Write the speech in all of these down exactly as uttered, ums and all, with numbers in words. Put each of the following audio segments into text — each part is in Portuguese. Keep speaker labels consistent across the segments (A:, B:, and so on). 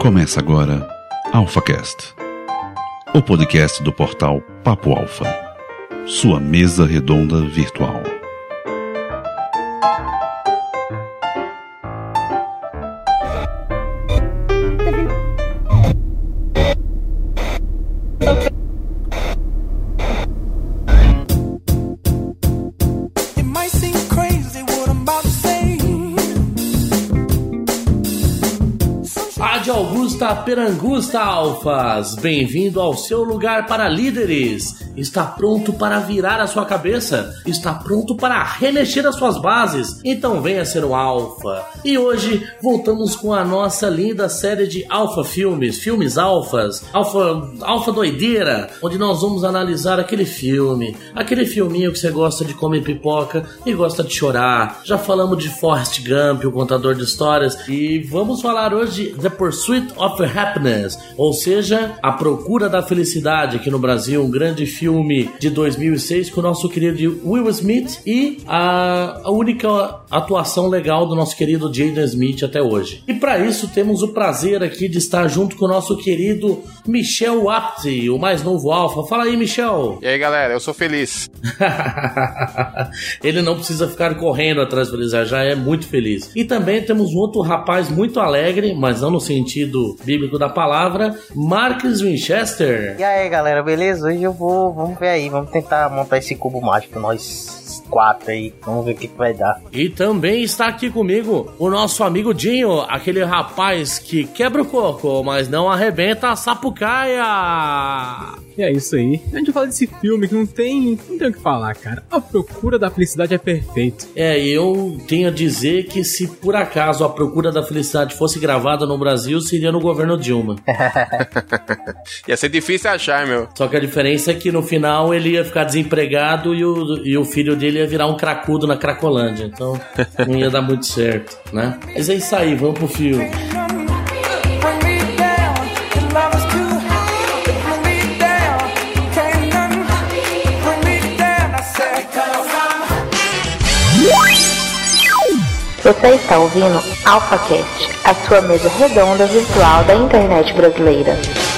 A: Começa agora AlphaCast, o podcast do portal Papo Alpha, sua mesa redonda virtual.
B: Perangusta Alfas, bem-vindo ao seu lugar para líderes. Está pronto para virar a sua cabeça? Está pronto para remexer as suas bases? Então venha ser um alfa. E hoje voltamos com a nossa linda série de alfa filmes, filmes alfas, alfa, alfa doideira, onde nós vamos analisar aquele filme, aquele filminho que você gosta de comer pipoca e gosta de chorar. Já falamos de Forrest Gump, o contador de histórias, e vamos falar hoje de The Pursuit of Happiness, ou seja, A Procura da Felicidade, aqui no Brasil, um grande filme de dois mil e seis com o nosso querido Will Smith e a, a única atuação legal do nosso querido Jaden Smith até hoje. E para isso temos o prazer aqui de estar junto com o nosso querido Michel Apti, o mais novo alfa. Fala aí, Michel.
C: E aí, galera, eu sou feliz.
B: Ele não precisa ficar correndo atrás do feliz, já é muito feliz. E também temos um outro rapaz muito alegre, mas não no sentido bíblico da palavra, Marcus Winchester.
D: E aí, galera, beleza? Hoje eu vou, vamos ver aí, vamos tentar montar esse cubo mágico, nós quatro aí, vamos ver o que, que vai dar.
B: E também está aqui comigo o nosso amigo Dinho, aquele rapaz que quebra o coco, mas não arrebenta a sapucaia.
E: E é isso aí. A gente fala desse filme que não tem, não tem o que falar, cara. A Procura da Felicidade é perfeito.
B: É, eu tenho a dizer que se por acaso A Procura da Felicidade fosse gravada no Brasil, seria no governo Dilma.
C: Ia ser difícil achar, meu.
B: Só que a diferença é que no final ele ia ficar desempregado e o, e o filho dele ia virar um cracudo na Cracolândia. Então não ia dar muito certo, né? Mas é isso aí, vamos pro filme.
F: Você está ouvindo AlphaCast, a sua mesa redonda virtual da internet brasileira.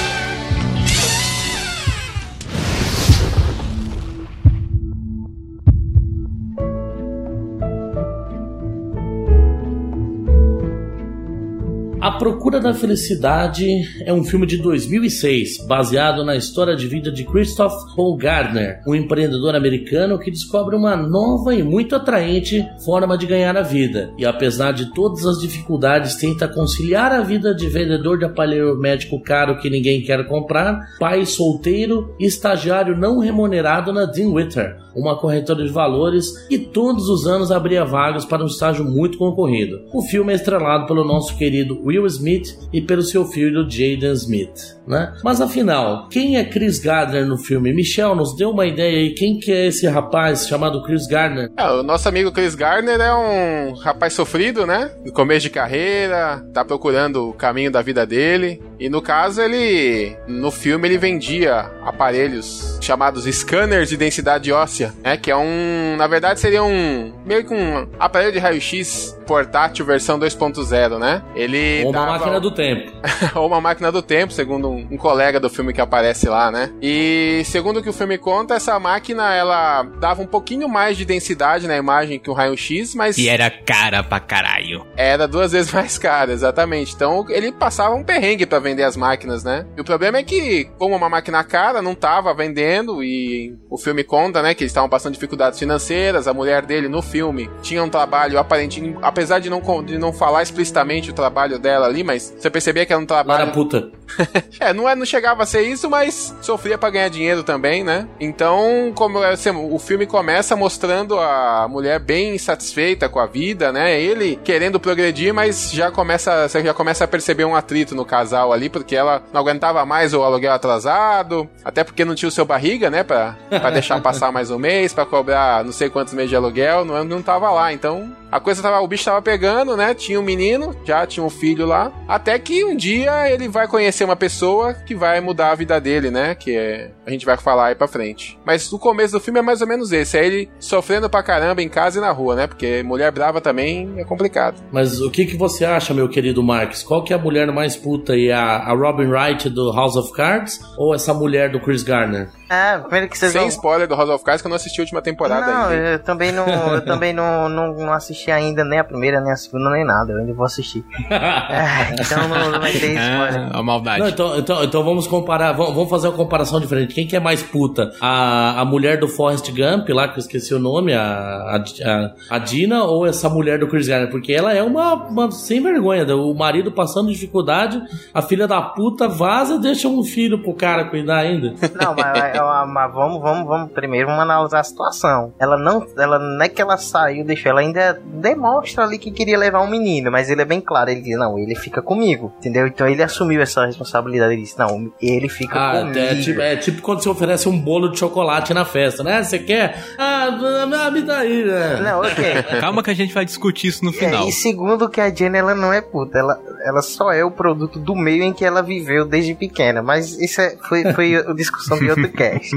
B: A Procura da Felicidade é um filme de dois mil e seis, baseado na história de vida de Christoph Paul Gardner, um empreendedor americano que descobre uma nova e muito atraente forma de ganhar a vida, e apesar de todas as dificuldades tenta conciliar a vida de vendedor de aparelho médico caro que ninguém quer comprar, pai solteiro e estagiário não remunerado na Dean Witter, uma corretora de valores, e todos os anos abria vagas para um estágio muito concorrido. O filme é estrelado pelo nosso querido Will Smith e pelo seu filho Jaden Smith, né? Mas afinal, quem é Chris Gardner no filme? Michel, nos dê uma ideia aí, quem que é esse rapaz chamado Chris Gardner?
C: É, o nosso amigo Chris Gardner é um rapaz sofrido, né? No começo de carreira, tá procurando o caminho da vida dele, e no caso ele, no filme ele vendia aparelhos chamados scanners de densidade óssea, né? Que é um, na verdade seria um, meio que um aparelho de raio-x portátil versão dois ponto zero, né? Ele
B: Ou uma
C: dava...
B: máquina do tempo.
C: Ou uma máquina do tempo, segundo um, um colega do filme que aparece lá, né? E segundo o que o filme conta, essa máquina, ela dava um pouquinho mais de densidade na imagem que o raio-x, mas...
G: E era cara pra caralho.
C: Era duas vezes mais cara, exatamente. Então ele passava um perrengue pra vender as máquinas, né? E o problema é que, como uma máquina cara, não tava vendendo, e o filme conta, né, que eles estavam passando dificuldades financeiras, a mulher dele no filme tinha um trabalho aparente, apesar de não, de não falar explicitamente o trabalho dela ali, mas você percebia que era um trabalho...
B: Era puta.
C: é, não, é, não chegava a ser isso, mas sofria pra ganhar dinheiro também, né? Então, como assim, o filme começa mostrando a mulher bem insatisfeita com a vida, né? Ele querendo progredir, mas já começa, você já começa a perceber um atrito no casal ali, porque ela não aguentava mais o aluguel atrasado, até porque não tinha o seu barriga, né? Pra, pra deixar passar mais um mês, pra cobrar não sei quantos meses de aluguel, não, não tava lá, então... A coisa tava, o bicho tava pegando, né? Tinha um menino, já tinha um filho lá. Até que um dia ele vai conhecer conhecer uma pessoa que vai mudar a vida dele, né? Que é, a gente vai falar aí pra frente. Mas o começo do filme é mais ou menos esse. É ele sofrendo pra caramba em casa e na rua, né? Porque mulher brava também é complicado.
B: Mas o que, que você acha, meu querido Marcos? Qual que é a mulher mais puta aí? A, a Robin Wright do House of Cards ou essa mulher do Chris Gardner?
D: É, primeiro que vocês
C: Sem
D: vão...
C: spoiler do House of Cards, que eu não assisti a última temporada
D: não,
C: ainda.
D: Eu também não, eu também não, não, não assisti ainda nem a primeira, nem a segunda, nem nada. Eu ainda vou assistir. É, então não, não vai ter spoiler.
G: É, a maldade.
B: Não, então, então, então vamos comparar, vamos, vamos fazer uma comparação diferente. Quem que é mais puta? A, a mulher do Forrest Gump, lá que eu esqueci o nome, a, a, a, a Dina, ou essa mulher do Chris Gardner? Porque ela é uma, uma sem vergonha. O marido passando dificuldade, a filha da puta vaza e deixa um filho pro cara cuidar ainda.
D: Não, mas, mas vamos, vamos, vamos primeiro vamos analisar a situação. Ela não, ela não é que ela saiu, deixou, ela ainda demonstra ali que queria levar um menino, mas ele é bem claro, ele diz, não, ele fica comigo, entendeu? Então ele assumiu essa responsabilidade, ele disse, não, ele fica
B: ah,
D: comigo.
B: É tipo, é tipo quando você oferece um bolo de chocolate na festa, né? Você quer? Ah, me dá aí, né?
D: Não, ok.
G: Calma que a gente vai discutir isso no final.
D: É, e segundo que a Jenny, ela não é puta, ela, ela só é o produto do meio em que ela viveu desde pequena, mas isso é, foi, foi a discussão de outro cast.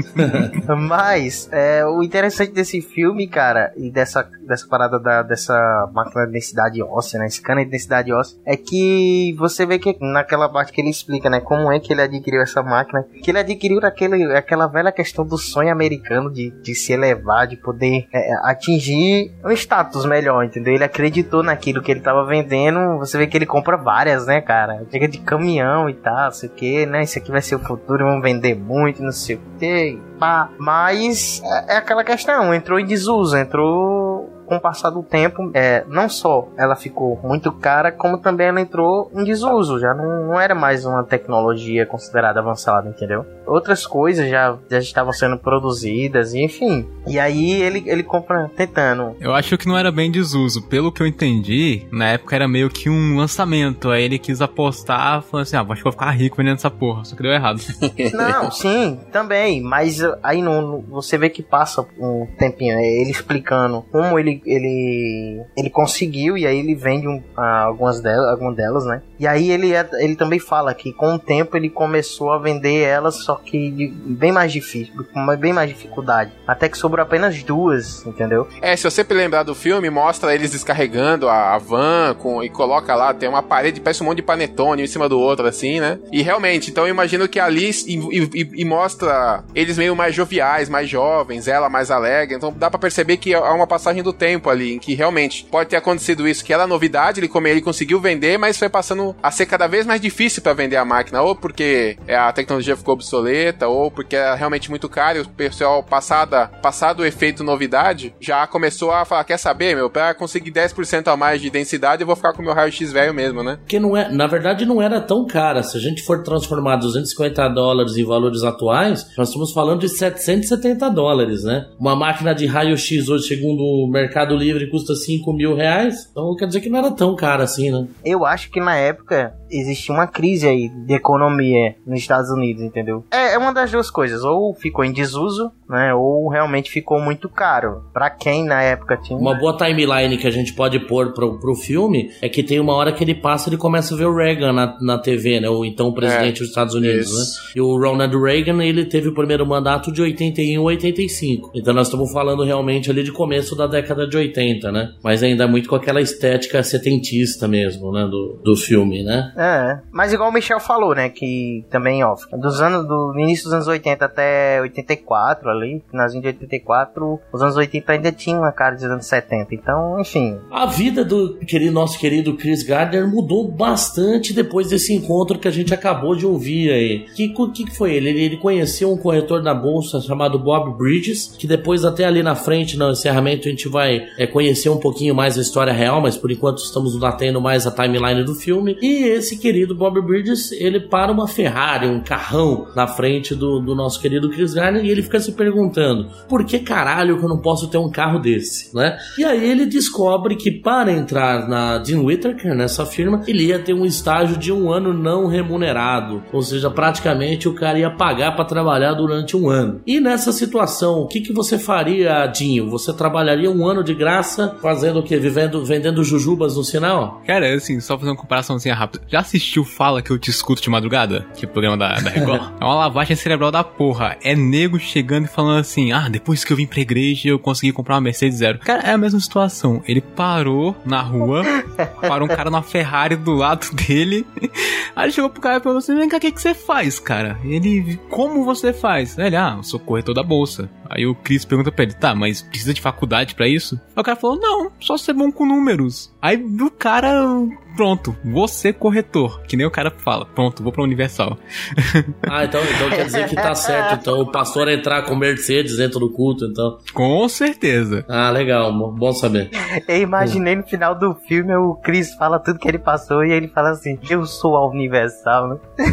D: Mas, é, o interessante desse filme, cara, e dessa, dessa parada da, dessa máquina de densidade óssea, né, esse cano de densidade óssea, é que você vê que naquela parte que ele explica, né, como é que ele adquiriu essa máquina, que ele adquiriu aquele, aquela velha questão do sonho americano de, de se elevar, de poder é, atingir um status melhor, entendeu? Ele acreditou naquilo que ele tava vendendo, você vê que ele compra várias, né, cara? Chega de caminhão e tal, não sei o que, né, isso aqui vai ser o futuro, vamos vender muito, não sei o que, pá. Mas é, é aquela questão, entrou em desuso, entrou... Com o passar do tempo, é, não só ela ficou muito cara, como também ela entrou em desuso. Já não, não era mais uma tecnologia considerada avançada, entendeu? Outras coisas já, já estavam sendo produzidas, enfim. E aí ele, ele compra tentando.
G: Eu acho que não era bem desuso. Pelo que eu entendi, na época era meio que um lançamento. Aí ele quis apostar, falando assim, ah, acho que vou ficar rico vendendo essa porra. Só que deu errado.
D: Não, sim, também. Mas aí não, você vê que passa um tempinho, ele explicando como ele Ele, ele conseguiu, e aí ele vende um, algumas, delas, algumas delas, né? E aí ele, ele também fala que com o tempo ele começou a vender elas, só que de, bem mais difícil, com bem mais dificuldade. Até que sobrou apenas duas, entendeu?
C: É, se você lembrar do filme, mostra eles descarregando a, a van com, e coloca lá, tem uma parede, parece um monte de panetone um em cima do outro, assim, né? E realmente, então eu imagino que ali e, e, e mostra eles meio mais joviais, mais jovens, ela mais alegre, então dá pra perceber que há uma passagem do tempo ali, em que realmente pode ter acontecido isso, que era novidade, ele, ele conseguiu vender, mas foi passando a ser cada vez mais difícil pra vender a máquina, ou porque a tecnologia ficou obsoleta, ou porque era realmente muito caro, e o pessoal, passada, passado o efeito novidade, já começou a falar, quer saber, meu, pra conseguir dez por cento a mais de densidade, eu vou ficar com o meu raio-x velho mesmo, né?
B: Porque não é, na verdade não era tão cara, se a gente for transformar duzentos e cinquenta dólares em valores atuais, nós estamos falando de setecentos e setenta dólares, né? Uma máquina de raio-x hoje, segundo o Mercado Livre, custa cinco mil reais, então quer dizer que não era tão caro assim, né?
D: Eu acho que na época existia uma crise aí de economia nos Estados Unidos, entendeu? É, é uma das duas coisas, ou ficou em desuso, né, ou realmente ficou muito caro. Pra quem na época tinha...
B: Uma boa timeline que a gente pode pôr pro, pro filme é que tem uma hora que ele passa e ele começa a ver o Reagan na, na T V, né, o então presidente é, dos Estados Unidos, isso. né? E o Ronald Reagan, ele teve o primeiro mandato de oitenta e um a oitenta e cinco. Então nós estamos falando realmente ali de começo da década de oitenta, né? Mas ainda muito com aquela estética setentista mesmo, né, do, do filme, né?
D: É, mas igual o Michel falou, né, que também, ó, dos anos, do início dos anos oitenta até oitenta e quatro ali, finalzinho de oitenta e quatro, os anos oitenta ainda tinha uma cara dos anos setenta, então, enfim.
B: A vida do querido, nosso querido Chris Gardner mudou bastante depois desse encontro que a gente acabou de ouvir aí. O que, que, que foi ele? ele? Ele conheceu um corretor da bolsa chamado Bob Bridges, que depois até ali na frente, no encerramento, a gente vai é, conhecer um pouquinho mais a história real, mas por enquanto estamos batendo mais a timeline do filme. E esse querido Bob Bridges, ele para uma Ferrari, um carrão na frente do, do nosso querido Chris Garner e ele fica se perguntando, por que caralho que eu não posso ter um carro desse, né? E aí ele descobre que para entrar na Dean Whittaker, nessa firma, ele ia ter um estágio de um ano não remunerado, ou seja, praticamente o cara ia pagar para trabalhar durante um ano. E nessa situação, o que, que você faria, Dinho? Você trabalharia um ano de graça fazendo o quê? Vivendo, vendendo jujubas no sinal?
G: Cara, assim, só fazer uma comparaçãozinha rápida. Já assistiu Fala Que Eu Te Escuto de Madrugada? Que é o programa da, da Record? É uma lavagem cerebral da porra. É nego chegando e falando assim, ah, depois que eu vim pra igreja eu consegui comprar uma Mercedes Zero. Cara, é a mesma situação. Ele parou na rua, parou um cara numa Ferrari do lado dele. Aí ele chegou pro cara e falou assim, vem cá, o que, que você faz, cara? Ele, como você faz? Aí ele, ah, eu sou corretor da bolsa. Aí o Chris pergunta pra ele, tá, mas precisa de faculdade pra isso? Aí o cara falou, não, só ser bom com números. Aí o cara, pronto, vou ser corretor. Que nem o cara fala, pronto, vou pra Universal.
B: Ah, então, então quer dizer que tá certo. Então o pastor entrar com Mercedes dentro do culto, então.
G: Com certeza.
B: Ah, legal, bom saber.
D: Eu imaginei no final do filme o Chris fala tudo que ele passou e ele fala assim, eu sou a Universal, né?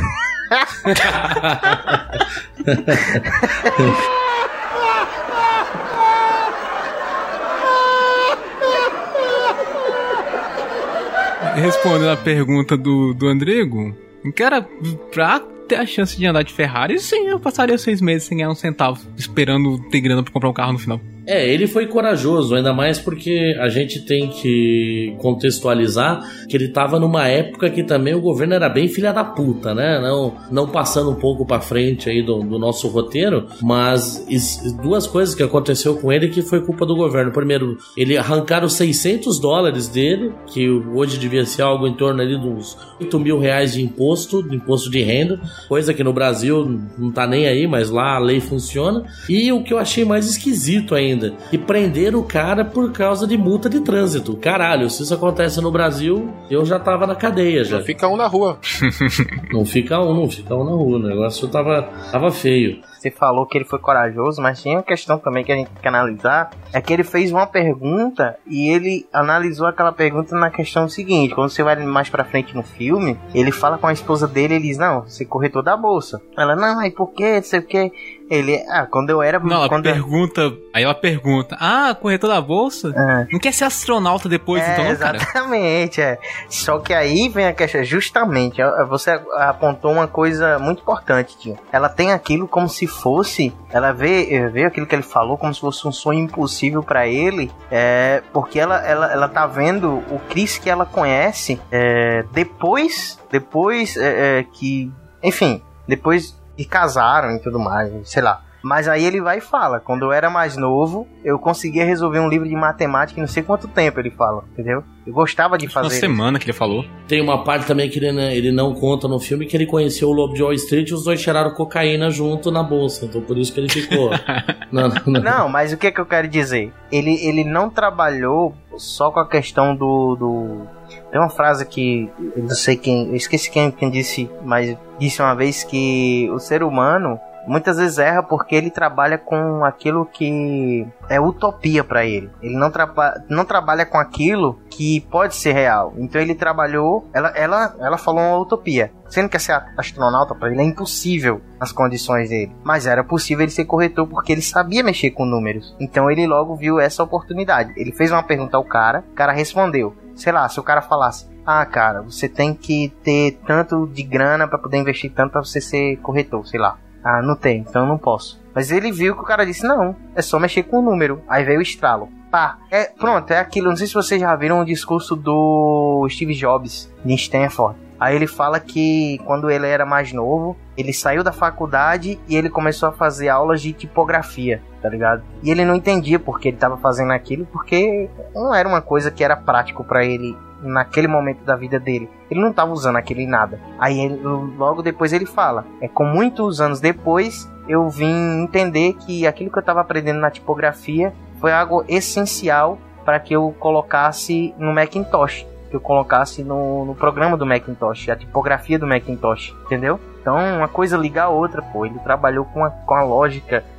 G: Respondendo a pergunta do, do Andrego, cara, pra ter a chance de andar de Ferrari, sim, eu passaria seis meses sem ganhar um centavo, esperando ter grana pra comprar um carro no final.
B: É, ele foi corajoso, ainda mais porque a gente tem que contextualizar que ele tava numa época que também o governo era bem filha da puta, né? Não, não passando um pouco pra frente aí do, do nosso roteiro, mas is, duas coisas que aconteceu com ele que foi culpa do governo. Primeiro, ele arrancaram seiscentos dólares dele, que hoje devia ser algo em torno ali de uns oito mil reais de imposto, de imposto de renda, coisa que no Brasil não tá nem aí, mas lá a lei funciona. E o que eu achei mais esquisito ainda, e prenderam o cara por causa de multa de trânsito. Caralho, se isso acontece no Brasil, eu já tava na cadeia já.
C: Não fica um na rua.
B: Não fica um, não fica um na rua. O negócio tava, tava feio.
D: Você falou que ele foi corajoso, mas tinha uma questão também que a gente tem que analisar, é que ele fez uma pergunta e ele analisou aquela pergunta na questão seguinte, quando você vai mais pra frente no filme, ele fala com a esposa dele, ele diz, não, você é corretor da bolsa. Ela, não, aí por quê, não sei o quê. Ele, ah, quando eu era...
G: Não, ela
D: quando
G: pergunta, eu... aí ela pergunta, ah, corretor da bolsa?
D: É.
G: Não quer ser astronauta depois,
D: é,
G: então, não, cara?
D: Exatamente, é. Só que aí vem a questão, justamente, você apontou uma coisa muito importante, tio. Ela tem aquilo como se fosse, ela vê, vê aquilo que ele falou como se fosse um sonho impossível pra ele, é, porque ela, ela, ela tá vendo o Chris que ela conhece é, depois, depois é, é, que, enfim, depois que casaram e tudo mais, sei lá. Mas aí ele vai e fala, quando eu era mais novo, eu conseguia resolver um livro de matemática em não sei quanto tempo, ele fala, entendeu? Eu gostava de fazer
G: uma semana que ele falou.
B: Tem uma parte também que ele, ele não conta no filme, que ele conheceu o Lobo de Wall Street e os dois cheiraram cocaína junto na bolsa, então por isso que ele ficou. não, não, não.
D: não, mas o que, que eu quero dizer? Ele, ele não trabalhou só com a questão do... do... Tem uma frase que eu não sei quem, eu esqueci quem, quem disse, mas disse uma vez que o ser humano muitas vezes erra porque ele trabalha com aquilo que é utopia pra ele. Ele não, traba- não trabalha com aquilo que pode ser real. Então ele trabalhou, ela, ela, ela falou uma utopia. Sendo que ser astronauta pra ele é impossível nas condições dele. Mas era possível ele ser corretor porque ele sabia mexer com números. Então ele logo viu essa oportunidade. Ele fez uma pergunta ao cara, o cara respondeu. Sei lá, se o cara falasse, ah, cara, você tem que ter tanto de grana pra poder investir tanto pra você ser corretor, sei lá. Ah, não tem, então eu não posso. Mas ele viu que o cara disse, não, é só mexer com o número. Aí veio o estralo. Pá, é, pronto, é aquilo. Não sei se vocês já viram o discurso do Steve Jobs, de Stanford. Aí ele fala que quando ele era mais novo, ele saiu da faculdade e ele começou a fazer aulas de tipografia, tá ligado? E ele não entendia porque ele tava fazendo aquilo, porque não era uma coisa que era prático pra ele naquele momento da vida dele. Ele não tava usando aquilo em nada. Aí ele, logo depois ele fala, é com muitos anos depois eu vim entender que aquilo que eu tava aprendendo na tipografia foi algo essencial para que eu colocasse no Macintosh, que eu colocasse no, no programa do Macintosh, a tipografia do Macintosh, entendeu? Então uma coisa liga a outra, pô. Ele trabalhou com a, com a lógica,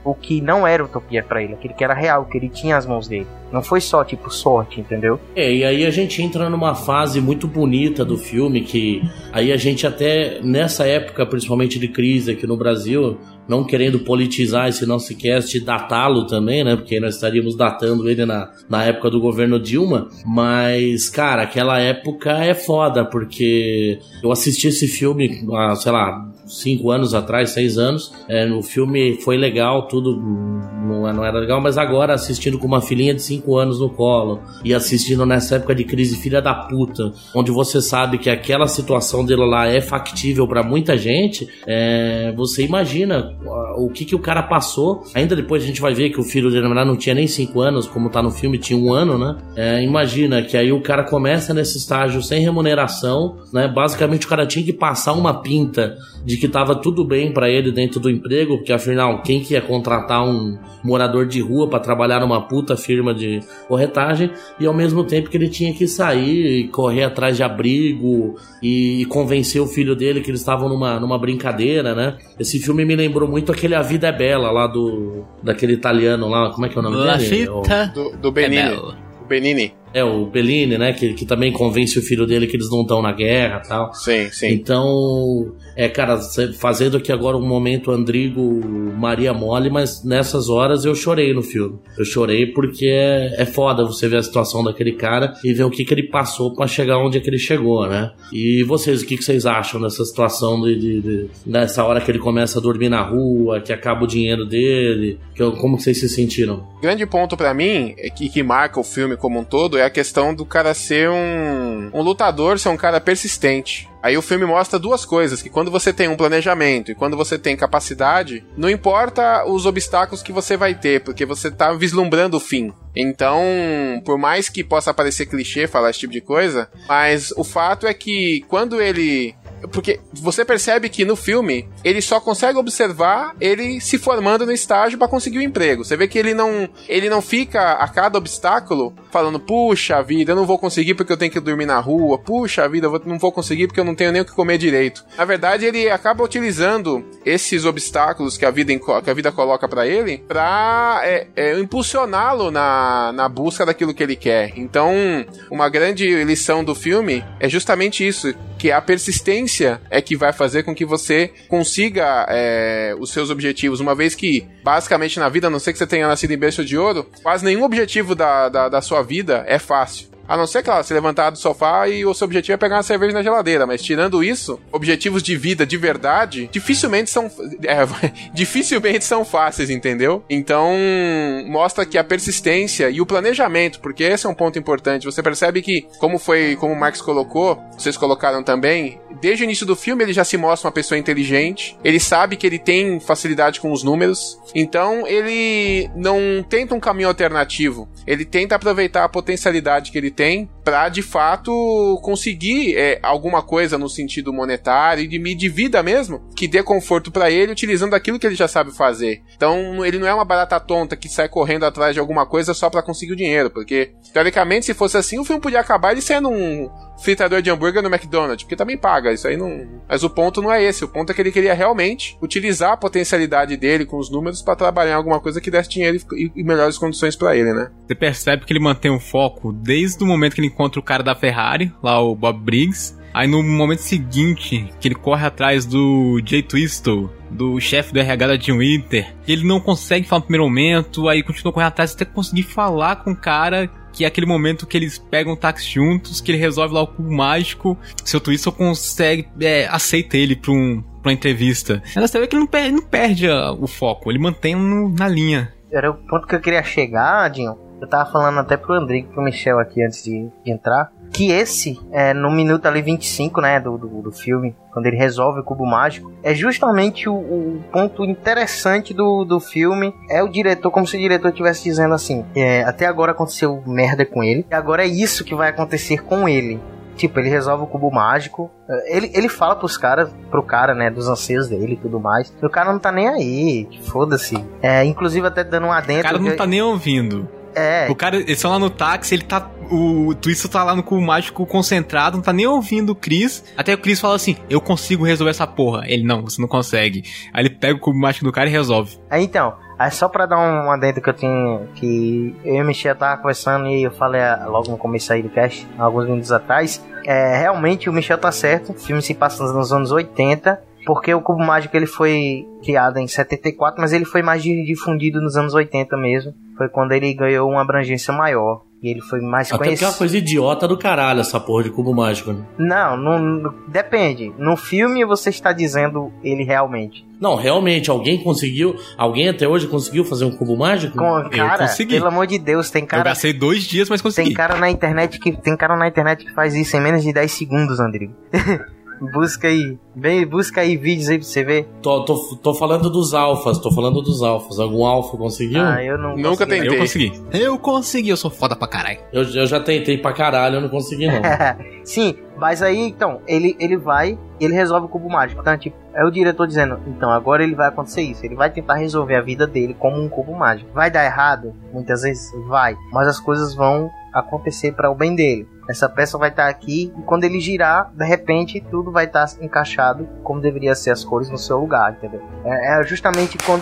D: o que não era utopia pra ele, aquilo que era real, que ele tinha nas mãos dele. Não foi só, tipo, sorte, entendeu?
B: É, e aí a gente entra numa fase muito bonita do filme, que aí a gente até, nessa época, principalmente de crise aqui no Brasil, não querendo politizar esse nosso cast e datá-lo também, né? Porque nós estaríamos datando ele na, na época do governo Dilma. Mas, cara, aquela época é foda, porque eu assisti esse filme há, sei lá, cinco anos atrás, seis anos. É, o filme foi legal, tudo não, não era legal, mas agora assistindo com uma filhinha de cinco anos no colo e assistindo nessa época de crise filha da puta, onde você sabe que aquela situação dele lá é factível pra muita gente, é, você imagina o que que o cara passou. Ainda depois a gente vai ver que o filho dele não tinha nem cinco anos, como tá no filme, tinha um ano, né? É, imagina que aí o cara começa nesse estágio sem remuneração, né? Basicamente o cara tinha que passar uma pinta de que tava tudo bem pra ele dentro do emprego, porque afinal, quem que ia contratar um morador de rua pra trabalhar numa puta firma de corretagem, e ao mesmo tempo que ele tinha que sair e correr atrás de abrigo e, e convencer o filho dele que eles estavam numa, numa brincadeira, né? Esse filme me lembrou muito aquele A Vida é Bela, lá do daquele italiano lá, como é que é o nome
G: La
B: dele?
G: Città
C: Do, do Benini. Benini.
B: É, o Bellini, né, que, que também convence o filho dele que eles não estão na guerra e tal.
C: Sim, sim.
B: Então, é, cara, fazendo aqui agora um momento Andrigo Maria Mole, mas nessas horas eu chorei no filme. Eu chorei porque é, é foda você ver a situação daquele cara e ver o que, que ele passou pra chegar onde é que ele chegou, né? E vocês, o que, que vocês acham dessa situação, de, de, de, nessa hora que ele começa a dormir na rua, que acaba o dinheiro dele? Que, como que vocês se sentiram?
C: Grande ponto pra mim, é que, que marca o filme como um todo, é a questão do cara ser um, um lutador, ser um cara persistente. Aí o filme mostra duas coisas, que quando você tem um planejamento e quando você tem capacidade, não importa os obstáculos que você vai ter, porque você tá vislumbrando o fim. Então, por mais que possa parecer clichê falar esse tipo de coisa, mas o fato é que quando ele... Porque você percebe que no filme ele só consegue observar ele se formando no estágio pra conseguir o emprego. Você vê que ele não, ele não fica a cada obstáculo falando, puxa vida, eu não vou conseguir porque eu tenho que dormir na rua, puxa vida, eu não vou conseguir porque eu não tenho nem o que comer direito. Na verdade, ele acaba utilizando esses obstáculos que a vida, que a vida coloca pra ele pra é, é, impulsioná-lo na, na busca daquilo que ele quer. Então, uma grande lição do filme é justamente isso, que a persistência é que vai fazer com que você consiga é, os seus objetivos, uma vez que, basicamente na vida, a não ser que você tenha nascido em berço de ouro, quase nenhum objetivo da, da, da sua vida é fácil. A não ser, claro, se levantar do sofá e o seu objetivo é pegar uma cerveja na geladeira. Mas tirando isso, objetivos de vida de verdade dificilmente são é, dificilmente são fáceis, entendeu? Então, mostra que a persistência e o planejamento, porque esse é um ponto importante. Você percebe que, como foi, como o Marx colocou, vocês colocaram também, desde o início do filme ele já se mostra uma pessoa inteligente, ele sabe que ele tem facilidade com os números, então ele não tenta um caminho alternativo, ele tenta aproveitar a potencialidade que ele tem pra, de fato, conseguir é, alguma coisa no sentido monetário e de, de vida mesmo, que dê conforto pra ele, utilizando aquilo que ele já sabe fazer. Então, ele não é uma barata tonta que sai correndo atrás de alguma coisa só pra conseguir o dinheiro, porque, teoricamente, se fosse assim, o filme podia acabar ele sendo um fritador de hambúrguer no McDonald's, porque também paga, isso aí não... Mas o ponto não é esse, o ponto é que ele queria realmente utilizar a potencialidade dele com os números pra trabalhar em alguma coisa que desse dinheiro e, e melhores condições pra ele, né?
G: Você percebe que ele mantém o foco desde o momento que ele encontra o cara da Ferrari, lá o Bob Briggs, aí no momento seguinte, que ele corre atrás do Jay Twistle, do chefe do R H da Jim Winter, ele não consegue falar no primeiro momento, aí continua correndo atrás até conseguir falar com o cara, que é aquele momento que eles pegam o táxi juntos, que ele resolve lá o cubo mágico, seu Twistle consegue, é, aceita ele pra, um, pra uma entrevista. Mas você vê que ele não perde, não perde a, o foco, ele mantém no, na linha.
D: Era o ponto que eu queria chegar, Dinho. Eu tava falando até pro Andrigo e pro Michel aqui antes de, de entrar, que esse, é, no minuto ali vinte e cinco, né, do, do, do filme, quando ele resolve o cubo mágico, é justamente o, o ponto interessante do, do filme, é o diretor, como se o diretor estivesse dizendo assim, é, até agora aconteceu merda com ele, e agora é isso que vai acontecer com ele. Tipo, ele resolve o cubo mágico, ele, ele fala pros caras, pro cara, né, dos anseios dele e tudo mais, e o cara não tá nem aí, foda-se. É, inclusive até dando um adendo...
G: O cara não tá nem ouvindo.
D: É.
G: O cara, eles estão lá no táxi, ele tá. O Twistle tá lá no cubo mágico concentrado, não tá nem ouvindo o Chris. Até o Chris fala assim: eu consigo resolver essa porra. Ele, não, você não consegue. Aí ele pega o cubo mágico do cara e resolve.
D: É, então, Aí só pra dar um adendo que eu tinha, que eu e o Michel tava conversando e eu falei logo no começo aí do cast, alguns minutos atrás, é, realmente o Michel tá certo, o filme se passa nos anos oitenta, porque o Cubo Mágico ele foi criado em setenta e quatro, mas ele foi mais difundido nos anos oitenta mesmo, foi quando ele ganhou uma abrangência maior. E ele foi mais
B: Até
D: conhecido.
B: Até que é uma coisa idiota do caralho essa porra de Cubo Mágico, né?
D: Não, não, depende. No filme você está dizendo ele realmente.
B: Não, realmente, alguém conseguiu, alguém até hoje conseguiu fazer um cubo mágico?
D: Com, cara,
G: eu consegui.
D: Pelo amor de Deus, tem cara...
G: Eu gastei dois dias, mas consegui.
D: Tem cara na internet que, tem cara na internet que faz isso em menos de dez segundos, Andrigo. Busca aí, bem, busca aí vídeos aí pra você ver.
B: Tô, tô, tô falando dos alfas, tô falando dos alfas. Algum alfa conseguiu?
D: Ah, eu não
C: Nunca
D: consegui.
C: tentei.
G: Eu consegui. Eu consegui, eu sou foda pra caralho.
B: Eu, eu já tentei pra caralho, eu não consegui não.
D: Sim, mas aí, então, ele, ele vai e ele resolve o cubo mágico. Então, tipo, é o diretor dizendo, então, agora ele vai acontecer isso. Ele vai tentar resolver a vida dele como um cubo mágico. Vai dar errado? Muitas vezes vai. Mas as coisas vão acontecer para o bem dele. Essa peça vai estar aqui e quando ele girar, de repente, tudo vai estar encaixado como deveria ser as cores no seu lugar, entendeu? É, é justamente quando...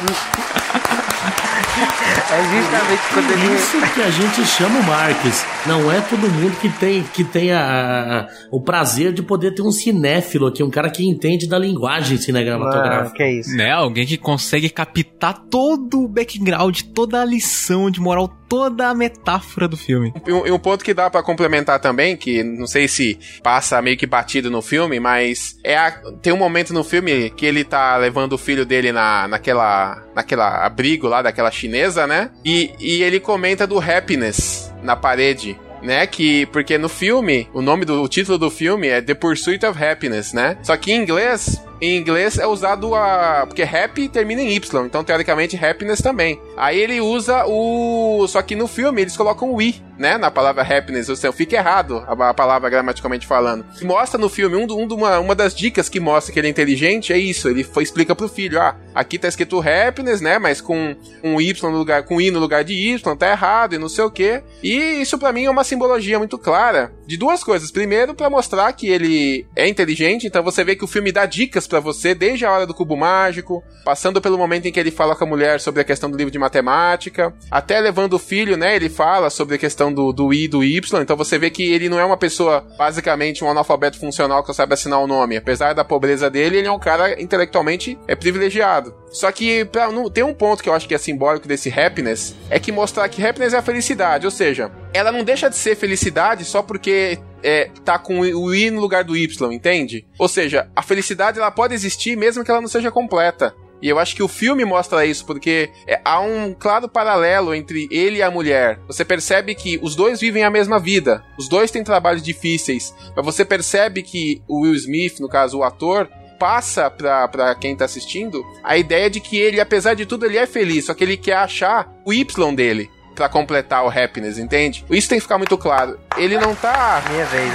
D: É justamente quando ele...
B: Isso que a gente chama o Marques. Não é todo mundo que tem, que tem a, a, o prazer de poder ter um cinéfilo aqui, um cara que entende da linguagem cinematográfica.
D: Ah, que é isso?
G: Né? Alguém que consegue captar todo o background, toda a lição de moral, toda a metáfora do filme.
C: E um, e um ponto que dá pra complementar também, que não sei se passa meio que batido no filme, mas é a, tem um momento no filme que ele tá levando o filho dele na, naquela, naquela abrigo lá daquela chinesa, né? E, e ele comenta do happiness na parede. Né, que, porque no filme, o nome do o título do filme é The Pursuit of Happiness, né? Só que em inglês, em inglês é usado a... porque happy termina em Y, então teoricamente happiness também. Aí ele usa o... Só que no filme eles colocam o I, né, na palavra happiness, ou seja, fica errado a, a palavra gramaticalmente falando. E mostra no filme, um, um, uma, uma das dicas que mostra que ele é inteligente é isso, ele foi, explica pro filho, ah, aqui tá escrito happiness, né, mas com um Y no lugar, com I no lugar de Y, tá errado e não sei o que. E isso pra mim é uma simbologia muito clara de duas coisas. Primeiro, pra mostrar que ele é inteligente, então você vê que o filme dá dicas pra você desde a hora do cubo mágico, passando pelo momento em que ele fala com a mulher sobre a questão do livro de matemática, até levando o filho, né, ele fala sobre a questão do, do I e do Y, então você vê que ele não é uma pessoa, basicamente um analfabeto funcional que só sabe assinar o nome. Apesar da pobreza dele, ele é um cara intelectualmente é privilegiado. Só que pra, não, tem um ponto que eu acho que é simbólico desse happiness, é que mostrar que happiness é a felicidade, ou seja, ela não deixa de ser felicidade só porque é, tá com o I no lugar do Y, entende? Ou seja, a felicidade ela pode existir mesmo que ela não seja completa. E eu acho que o filme mostra isso, porque é, há um claro paralelo entre ele e a mulher. Você percebe que os dois vivem a mesma vida, os dois têm trabalhos difíceis, mas você percebe que o Will Smith, no caso o ator, passa pra, pra quem tá assistindo a ideia de que ele, apesar de tudo, ele é feliz, só que ele quer achar o Y dele pra completar o happiness, entende? Isso tem que ficar muito claro. Ele não tá...
D: Minha vez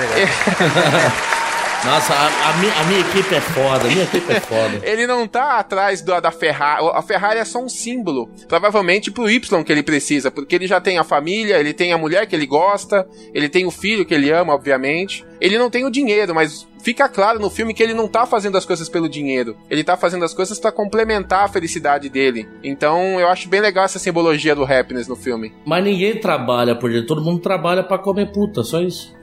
D: agora.
B: Nossa, a, a, minha, a minha equipe é foda, a minha equipe é foda.
C: Ele não tá atrás da, da Ferrari. A Ferrari é só um símbolo, provavelmente pro Y que ele precisa, porque ele já tem a família, ele tem a mulher que ele gosta, ele tem o filho que ele ama, obviamente. Ele não tem o dinheiro, mas fica claro no filme que ele não tá fazendo as coisas pelo dinheiro. Ele tá fazendo as coisas pra complementar a felicidade dele. Então eu acho bem legal essa simbologia do happiness no filme.
B: Mas ninguém trabalha por dinheiro, todo mundo trabalha pra comer puta, só isso.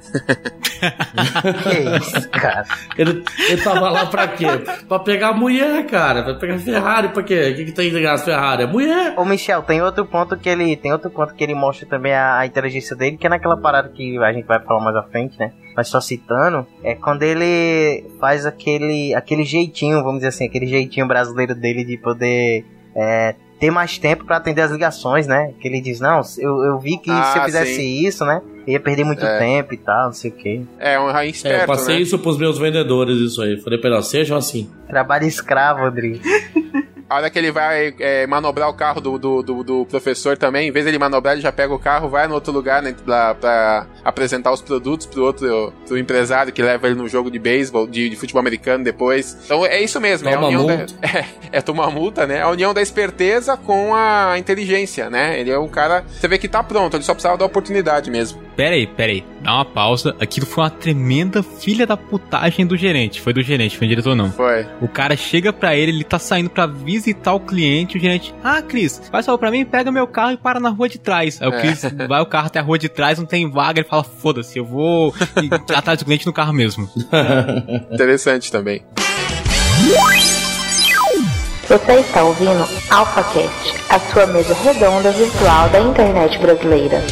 D: Que isso, cara?
B: Ele, ele tava lá pra quê? Pra pegar a mulher, cara. Pra pegar a Ferrari, pra quê? O que, que tem de graça Ferrari? É mulher.
D: Ô, Michel, tem outro ponto que ele tem outro ponto que ele mostra também a, a inteligência dele, que é naquela parada que a gente vai falar mais à frente, né? Mas só citando, é quando ele faz aquele, aquele jeitinho, vamos dizer assim, aquele jeitinho brasileiro dele de poder é, ter mais tempo pra atender as ligações, né? Que ele diz, não, eu, eu vi que
C: ah,
D: se eu fizesse
C: sim.
D: isso, né? Eu ia perder muito
C: é.
D: tempo e tal, não sei o quê.
C: É, um rainha esperto,
B: É, eu passei
C: né?
B: isso pros meus vendedores, isso aí. Falei pra eles, sejam assim.
D: Trabalho escravo, Rodrigo.
C: A hora que ele vai é, manobrar o carro do, do, do, do professor também, em vez de ele manobrar, ele já pega o carro, vai no outro lugar, né, pra, pra apresentar os produtos pro outro pro empresário que leva ele no jogo de beisebol, de, de futebol americano depois. Então é isso mesmo, é a união da, é, é tomar multa, né? A união da esperteza com a inteligência, né? Ele é um cara, você vê que tá pronto, ele só precisava da oportunidade mesmo.
G: pera aí, pera aí. Dá uma pausa. Aquilo foi uma tremenda filha da putagem do gerente. Foi do gerente, foi do diretor não.
C: Foi.
G: O cara chega pra ele, ele tá saindo pra visitar o cliente, o gerente, ah, Cris, faz favor pra mim, pega meu carro e para na rua de trás. Aí o Cris é. vai o carro até a rua de trás, não tem vaga, ele fala, foda-se, eu vou atrás do cliente no carro mesmo.
C: Interessante também.
F: Você está ouvindo AlphaCast, a sua mesa redonda virtual da internet brasileira.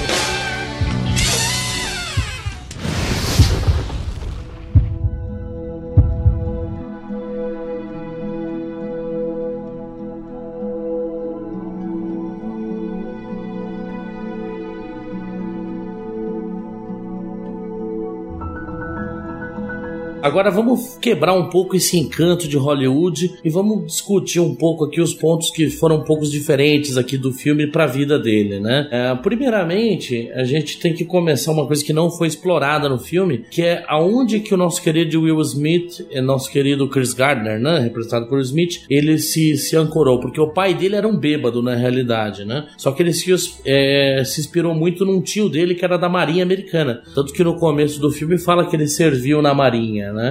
B: Agora vamos quebrar um pouco esse encanto de Hollywood e vamos discutir um pouco aqui os pontos que foram um pouco diferentes aqui do filme para a vida dele, né? É, primeiramente, a gente tem que começar uma coisa que não foi explorada no filme, que é aonde que o nosso querido Will Smith, nosso querido Chris Gardner, né, representado por Will Smith, ele se, se ancorou, porque o pai dele era um bêbado na realidade, né? Só que ele se, é, se inspirou muito num tio dele que era da Marinha Americana, tanto que no começo do filme fala que ele serviu na Marinha, né?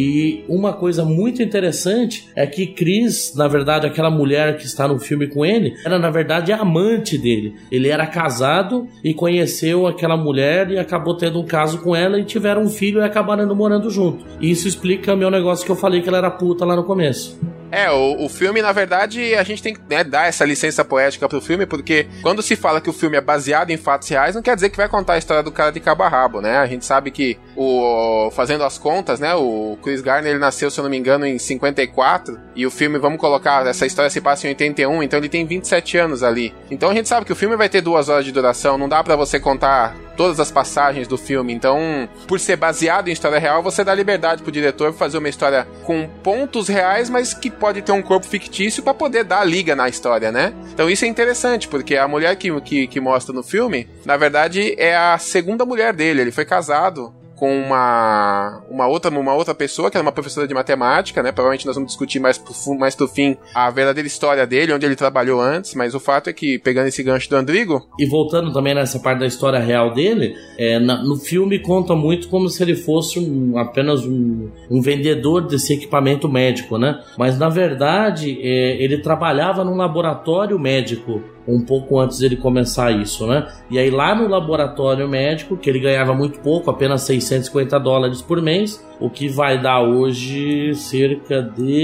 B: E uma coisa muito interessante é que Chris, na verdade, aquela mulher que está no filme com ele, era na verdade a amante dele. Ele era casado e conheceu aquela mulher e acabou tendo um caso com ela e tiveram um filho e acabaram morando junto. E isso explica o meu negócio que eu falei que ela era puta lá no começo.
C: É, o, o filme, na verdade, a gente tem que, né, dar essa licença poética pro filme, porque quando se fala que o filme é baseado em fatos reais, não quer dizer que vai contar a história do cara de cabo a rabo, né? A gente sabe que, o, fazendo as contas, né, o Chris Gardner, ele nasceu, se eu não me engano, em cinquenta e quatro, e o filme, vamos colocar, essa história se passa em oitenta e um, então ele tem vinte e sete anos ali. Então a gente sabe que o filme vai ter duas horas de duração, não dá pra você contar todas as passagens do filme, então, por ser baseado em história real, você dá liberdade pro diretor fazer uma história com pontos reais, mas que pode ter um corpo fictício pra poder dar liga na história, né? Então isso é interessante, porque a mulher que, que, que mostra no filme, na verdade, é a segunda mulher dele. Ele foi casado com uma, uma, outra, uma outra pessoa, que era uma professora de matemática, né? Provavelmente nós vamos discutir mais pro, mais pro fim a verdadeira história dele, onde ele trabalhou antes, mas o fato é que, pegando esse gancho do Andrigo...
B: E voltando também nessa parte da história real dele, é, na, no filme conta muito como se ele fosse um, apenas um, um vendedor desse equipamento médico, né? Mas, na verdade, é, ele trabalhava num laboratório médico um pouco antes dele começar isso, né? E aí lá no laboratório médico, que ele ganhava muito pouco, apenas seiscentos e cinquenta dólares por mês, o que vai dar hoje cerca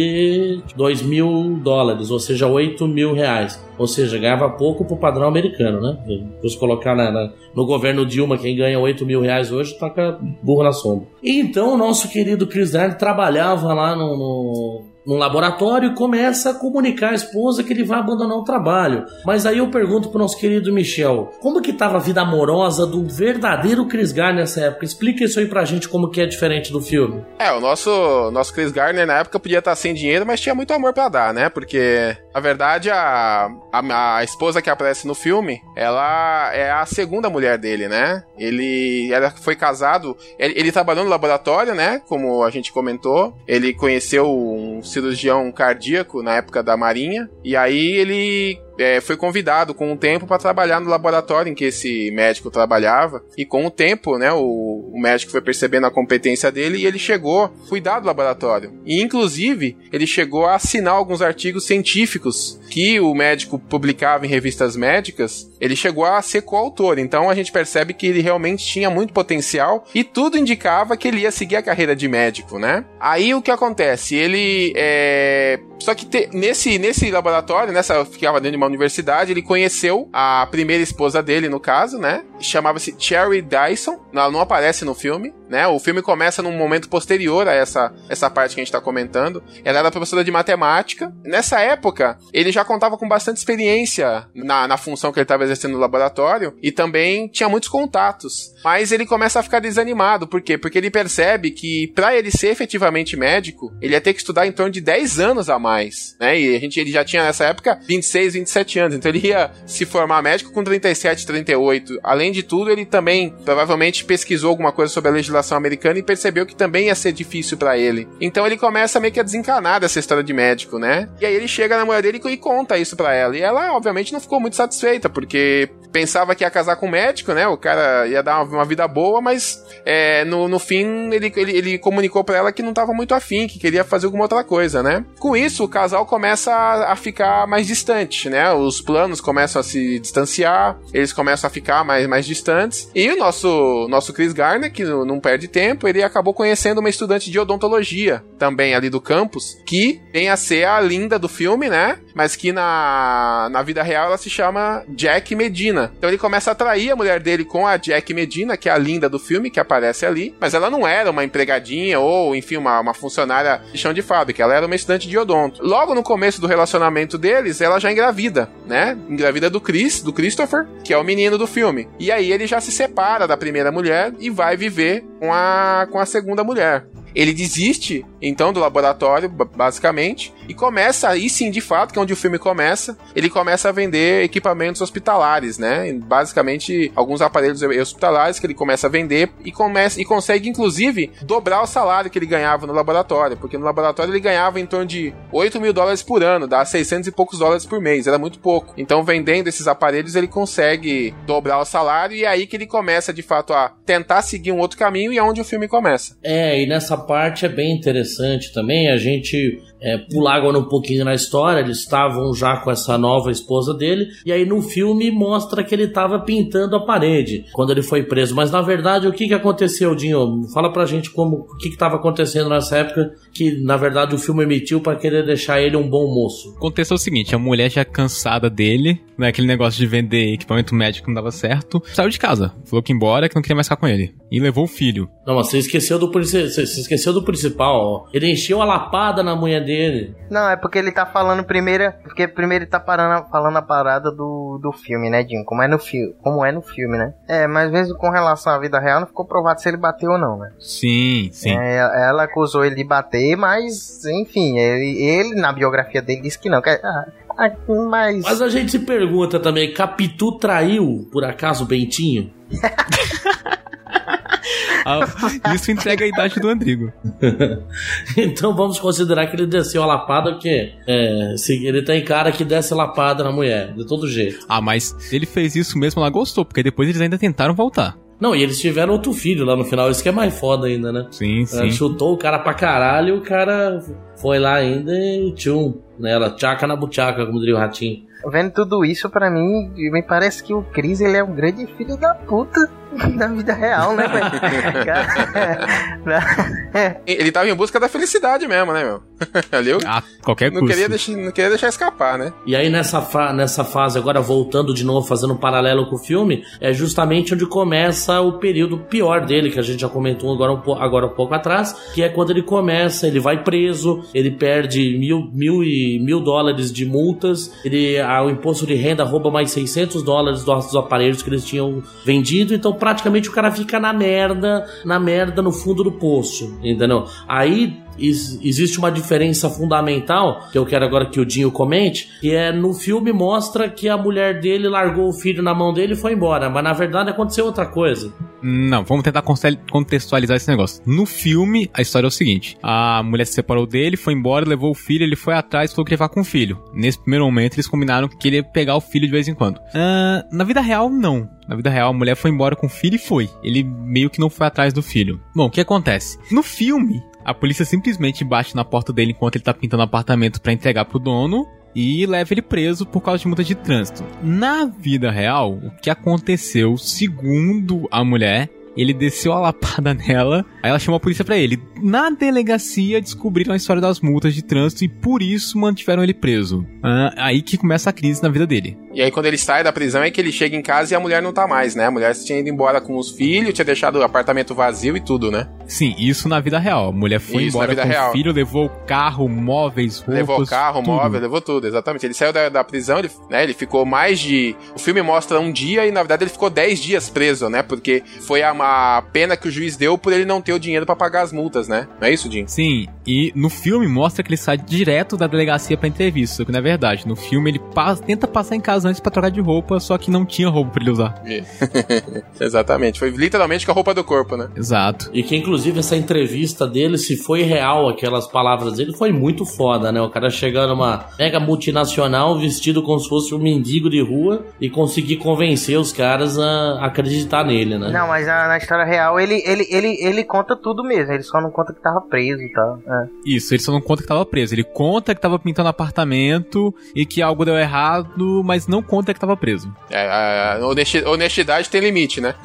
B: de dois mil dólares, ou seja, oito mil reais. Ou seja, ganhava pouco pro padrão americano, né? Se colocar na, na, no governo Dilma, quem ganha oito mil reais hoje, taca burro na sombra. E então o nosso querido Chris Gardner trabalhava lá no... no num laboratório e começa a comunicar à esposa que ele vai abandonar o trabalho. Mas aí eu pergunto pro nosso querido Michel, como que tava a vida amorosa do verdadeiro Chris Gardner nessa época? Explica isso aí pra gente, como que é diferente do filme.
C: É, o nosso, nosso Chris Gardner na época podia estar sem dinheiro, mas tinha muito amor pra dar, né? Porque, na verdade, a, a, a esposa que aparece no filme, ela é a segunda mulher dele, né? Ele era, foi casado, ele, ele trabalhou no laboratório, né? Como a gente comentou, ele conheceu um cirurgião cardíaco na época da Marinha, e aí ele é, foi convidado com o tempo para trabalhar no laboratório em que esse médico trabalhava, e com o tempo, né, o, o médico foi percebendo a competência dele e ele chegou a cuidar do laboratório, e inclusive ele chegou a assinar alguns artigos científicos que o médico publicava em revistas médicas. Ele chegou a ser coautor, então a gente percebe que ele realmente tinha muito potencial e tudo indicava que ele ia seguir a carreira de médico, né? Aí o que acontece? Ele é... Só que te... nesse, nesse laboratório, nessa ficava dentro de uma universidade, ele conheceu a primeira esposa dele, no caso, né? Chamava-se Cherry Dyson. Ela não aparece no filme, né? O filme começa num momento posterior a essa, essa parte que a gente tá comentando. Ela era professora de matemática. Nessa época, ele já contava com bastante experiência na, na função que ele estava exercendo no laboratório e também tinha muitos contatos. Mas ele começa a ficar desanimado. Por quê? Porque ele percebe que pra ele ser efetivamente médico, ele ia ter que estudar em torno de dez anos a mais, né? E a gente, ele já tinha nessa época vinte e seis, vinte e sete anos. Então ele ia se formar médico com trinta e sete, trinta e oito. Além de tudo, ele também provavelmente pesquisou alguma coisa sobre a legislação legislação americana e percebeu que também ia ser difícil pra ele. Então ele começa meio que a desencanar dessa história de médico, né? E aí ele chega na mulher dele e conta isso pra ela. E ela, obviamente, não ficou muito satisfeita, porque pensava que ia casar com um médico, né? O cara ia dar uma, uma vida boa, mas é, no, no fim ele, ele, ele comunicou pra ela que não tava muito afim, que queria fazer alguma outra coisa, né? Com isso, o casal começa a, a ficar mais distante, né? Os planos começam a se distanciar, eles começam a ficar mais, mais distantes. E o nosso, nosso Chris Garner, que não, não perde tempo, ele acabou conhecendo uma estudante de odontologia, também ali do campus, que vem a ser a Linda do filme, né? Mas que na, na vida real ela se chama Jack Medina. Então ele começa a atrair a mulher dele com a Jack Medina, que é a Linda do filme, que aparece ali. Mas ela não era uma empregadinha ou, enfim, uma, uma funcionária de chão de fábrica. Ela era uma estudante de odonto. Logo no começo do relacionamento deles, ela já engravida, né? Engravida do Chris, do Christopher, que é o menino do filme. E aí ele já se separa da primeira mulher e vai viver com a, com a segunda mulher. Ele desiste, então, do laboratório, basicamente, e começa, aí sim, de fato, que é onde o filme começa, ele começa a vender equipamentos hospitalares, né? Basicamente, alguns aparelhos hospitalares que ele começa a vender e, começa, e consegue, inclusive, dobrar o salário que ele ganhava no laboratório, porque no laboratório ele ganhava em torno de oito mil dólares por ano, dá seiscentos e poucos dólares por mês, era muito pouco. Então, vendendo esses aparelhos, ele consegue dobrar o salário e é aí que ele começa, de fato, a tentar seguir um outro caminho e é onde o filme começa.
B: É, e nessa parte é bem interessante também a gente é, pular agora um pouquinho na história. Eles estavam já com essa nova esposa dele e aí no filme mostra que ele estava pintando a parede quando ele foi preso, mas na verdade o que que aconteceu, Dinho? Fala pra gente como, o que que estava acontecendo nessa época que na verdade o filme emitiu para querer deixar ele um bom moço.
G: Aconteceu o seguinte, a mulher já cansada dele, né, aquele negócio de vender equipamento médico não dava certo, saiu de casa, falou que ia embora, que não queria mais ficar com ele e levou o filho.
B: Não, mas você esqueceu do, você, você esqueceu do principal, ó. Ele encheu a lapada na mulher dele.
D: Não, é porque ele tá falando primeiro, porque primeiro ele tá parando, falando a parada do, do filme, né, Dinho? Como é no filme, como é no filme, né? É, mas mesmo com relação à vida real não ficou provado se ele bateu ou não, né?
G: Sim, sim.
D: É, ela acusou ele de bater, mas, enfim, ele, ele na biografia dele disse que não. Que, ah, mas...
B: mas a gente se pergunta também, Capitu traiu, por acaso, Bentinho?
G: Ah, isso entrega a idade do Andrigo.
B: Então vamos considerar que ele desceu a lapada, porque é, se ele tem cara que desce lapada na mulher, de todo jeito.
G: Ah, mas ele fez isso mesmo, ela gostou, porque depois eles ainda tentaram voltar.
B: Não, e eles tiveram outro filho lá no final, isso que é mais foda ainda, né?
G: Sim, sim.
B: Ela chutou o cara pra caralho e o cara foi lá ainda e tchum, né? Ela tchaca na buchaca, como diria o Ratinho.
D: Vendo tudo isso, pra mim, me parece que o Chris, ele é um grande filho da puta na vida real, né, velho?
C: Ele tava em busca da felicidade mesmo, né, meu? Ali eu
G: ah, qualquer
C: não
G: custo.
C: Queria deixar, não queria deixar escapar, né?
B: E aí nessa, fa- nessa fase, agora voltando de novo, fazendo um paralelo com o filme, é justamente onde começa o período pior dele, que a gente já comentou agora um, po- agora um pouco atrás, que é quando ele começa, ele vai preso, ele perde mil, mil, e, mil dólares de multas, ele, a, o imposto de renda rouba mais seiscentos dólares dos, dos aparelhos que eles tinham vendido, então praticamente o cara fica na merda, na merda no fundo do poço, entendeu? Aí existe uma diferença fundamental, que eu quero agora que o Dinho comente, que é no filme mostra que a mulher dele largou o filho na mão dele e foi embora, mas na verdade aconteceu outra coisa.
G: Não, vamos tentar contextualizar esse negócio. No filme, a história é o seguinte, a mulher se separou dele, foi embora, levou o filho, ele foi atrás e falou que ia ficar com o filho. Nesse primeiro momento, eles combinaram que ele ia pegar o filho de vez em quando. Uh, na vida real, não. Na vida real, a mulher foi embora com o filho e foi. Ele meio que não foi atrás do filho. Bom, o que acontece? No filme, a polícia simplesmente bate na porta dele enquanto ele tá pintando o apartamento pra entregar pro dono e leva ele preso por causa de multa de trânsito. Na vida real, o que aconteceu, segundo a mulher, ele desceu a lapada nela, aí ela chamou a polícia pra ele. Na delegacia, descobriram a história das multas de trânsito e por isso mantiveram ele preso. Ah, aí que começa a crise na vida dele.
C: E aí quando ele sai da prisão é que ele chega em casa e a mulher não tá mais, né? A mulher tinha ido embora com os filhos, tinha deixado o apartamento vazio e tudo, né?
G: Sim, isso na vida real. A mulher foi isso, embora com real. o filho, levou o carro, móveis, roupas,
C: levou o carro,
G: tudo.
C: móvel, levou tudo, exatamente. Ele saiu da, da prisão, ele, né, ele ficou mais de... O filme mostra um dia e na verdade ele ficou dez dias preso, né? Porque foi a, a pena que o juiz deu por ele não ter o dinheiro pra pagar as multas, né? Não é isso, Jim?
G: Sim, e no filme mostra que ele sai direto da delegacia pra entrevista, só que não é verdade. No filme ele passa, tenta passar em casa antes pra trocar de roupa, só que não tinha roupa pra ele usar.
C: Exatamente, foi literalmente com a roupa do corpo, né?
G: Exato.
B: E que inclusive essa entrevista dele, se foi real aquelas palavras dele, foi muito foda, né? O cara chegar numa mega multinacional vestido como se fosse um mendigo de rua e conseguir convencer os caras a acreditar nele, né?
D: Não, mas a, na história real ele, ele, ele, ele conta tudo mesmo, ele só não conta que tava preso e tal. É.
G: Isso, ele só não conta que tava preso. Ele conta que tava pintando apartamento e que algo deu errado, mas não conta que tava preso.
C: É, a honestidade tem limite, né?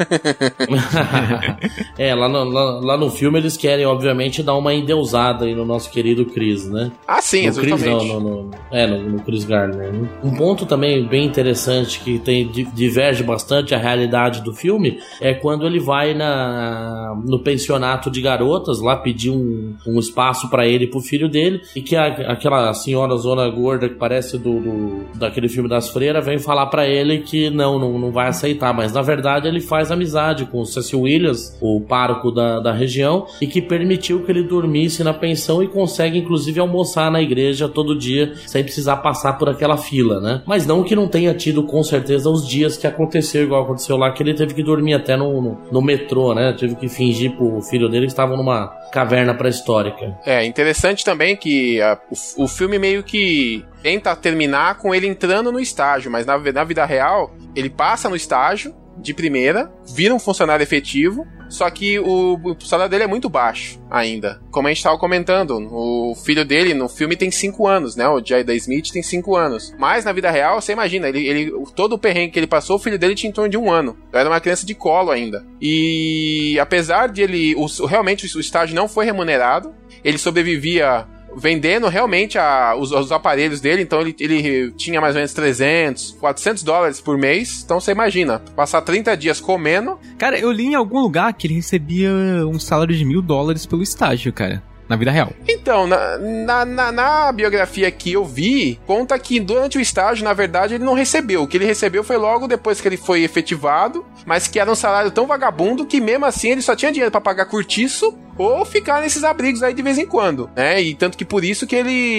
B: É, lá no, lá, lá no filme eles querem, obviamente, dar uma endeusada aí no nosso querido Chris, né?
C: Ah, sim,
B: no Chris,
C: exatamente.
B: não, no, no, é, no, no Chris Gardner. Né? Um ponto também bem interessante que tem, diverge bastante a realidade do filme é quando ele vai na, no pensionato de garotas lá pedir um, um espaço pra ele e pro filho dele, e que a, aquela senhora zona gorda que parece do, do, daquele filme das freiras vem falar pra ele que não, não, não vai aceitar, mas na verdade ele faz amizade com o Cecil Williams, o pároco da, da região, e que permitiu que ele dormisse na pensão e consegue inclusive almoçar na igreja todo dia sem precisar passar por aquela fila, né? Mas não que não tenha tido com certeza os dias que aconteceu igual aconteceu lá, que ele teve que dormir até no, no, no metrô, né? Teve que fingir pro filho dele que estavam numa caverna pré-histórica.
C: É, interessante também que a, o, o filme meio que tenta terminar com ele entrando no estágio, mas na, na vida real, ele passa no estágio de primeira, vira um funcionário efetivo, só que o, o salário dele é muito baixo ainda. Como a gente estava comentando, o filho dele no filme tem cinco anos, né? O Jada Smith tem cinco anos. Mas na vida real, você imagina, ele, ele, todo o perrengue que ele passou, o filho dele tinha em torno de um ano. Ele era uma criança de colo ainda. E apesar de ele... O, realmente o estágio não foi remunerado, ele sobrevivia vendendo realmente a, os, os aparelhos dele, então ele, ele tinha mais ou menos trezentos, quatrocentos dólares por mês, então você imagina, passar trinta dias comendo.
G: Cara, eu li em algum lugar que ele recebia um salário de mil dólares pelo estágio, cara. Na vida real.
C: Então, na, na, na, na biografia que eu vi, conta que durante o estágio, na verdade, ele não recebeu. O que ele recebeu foi logo depois que ele foi efetivado, mas que era um salário tão vagabundo que mesmo assim ele só tinha dinheiro pra pagar cortiço ou ficar nesses abrigos aí de vez em quando, né? E tanto que por isso que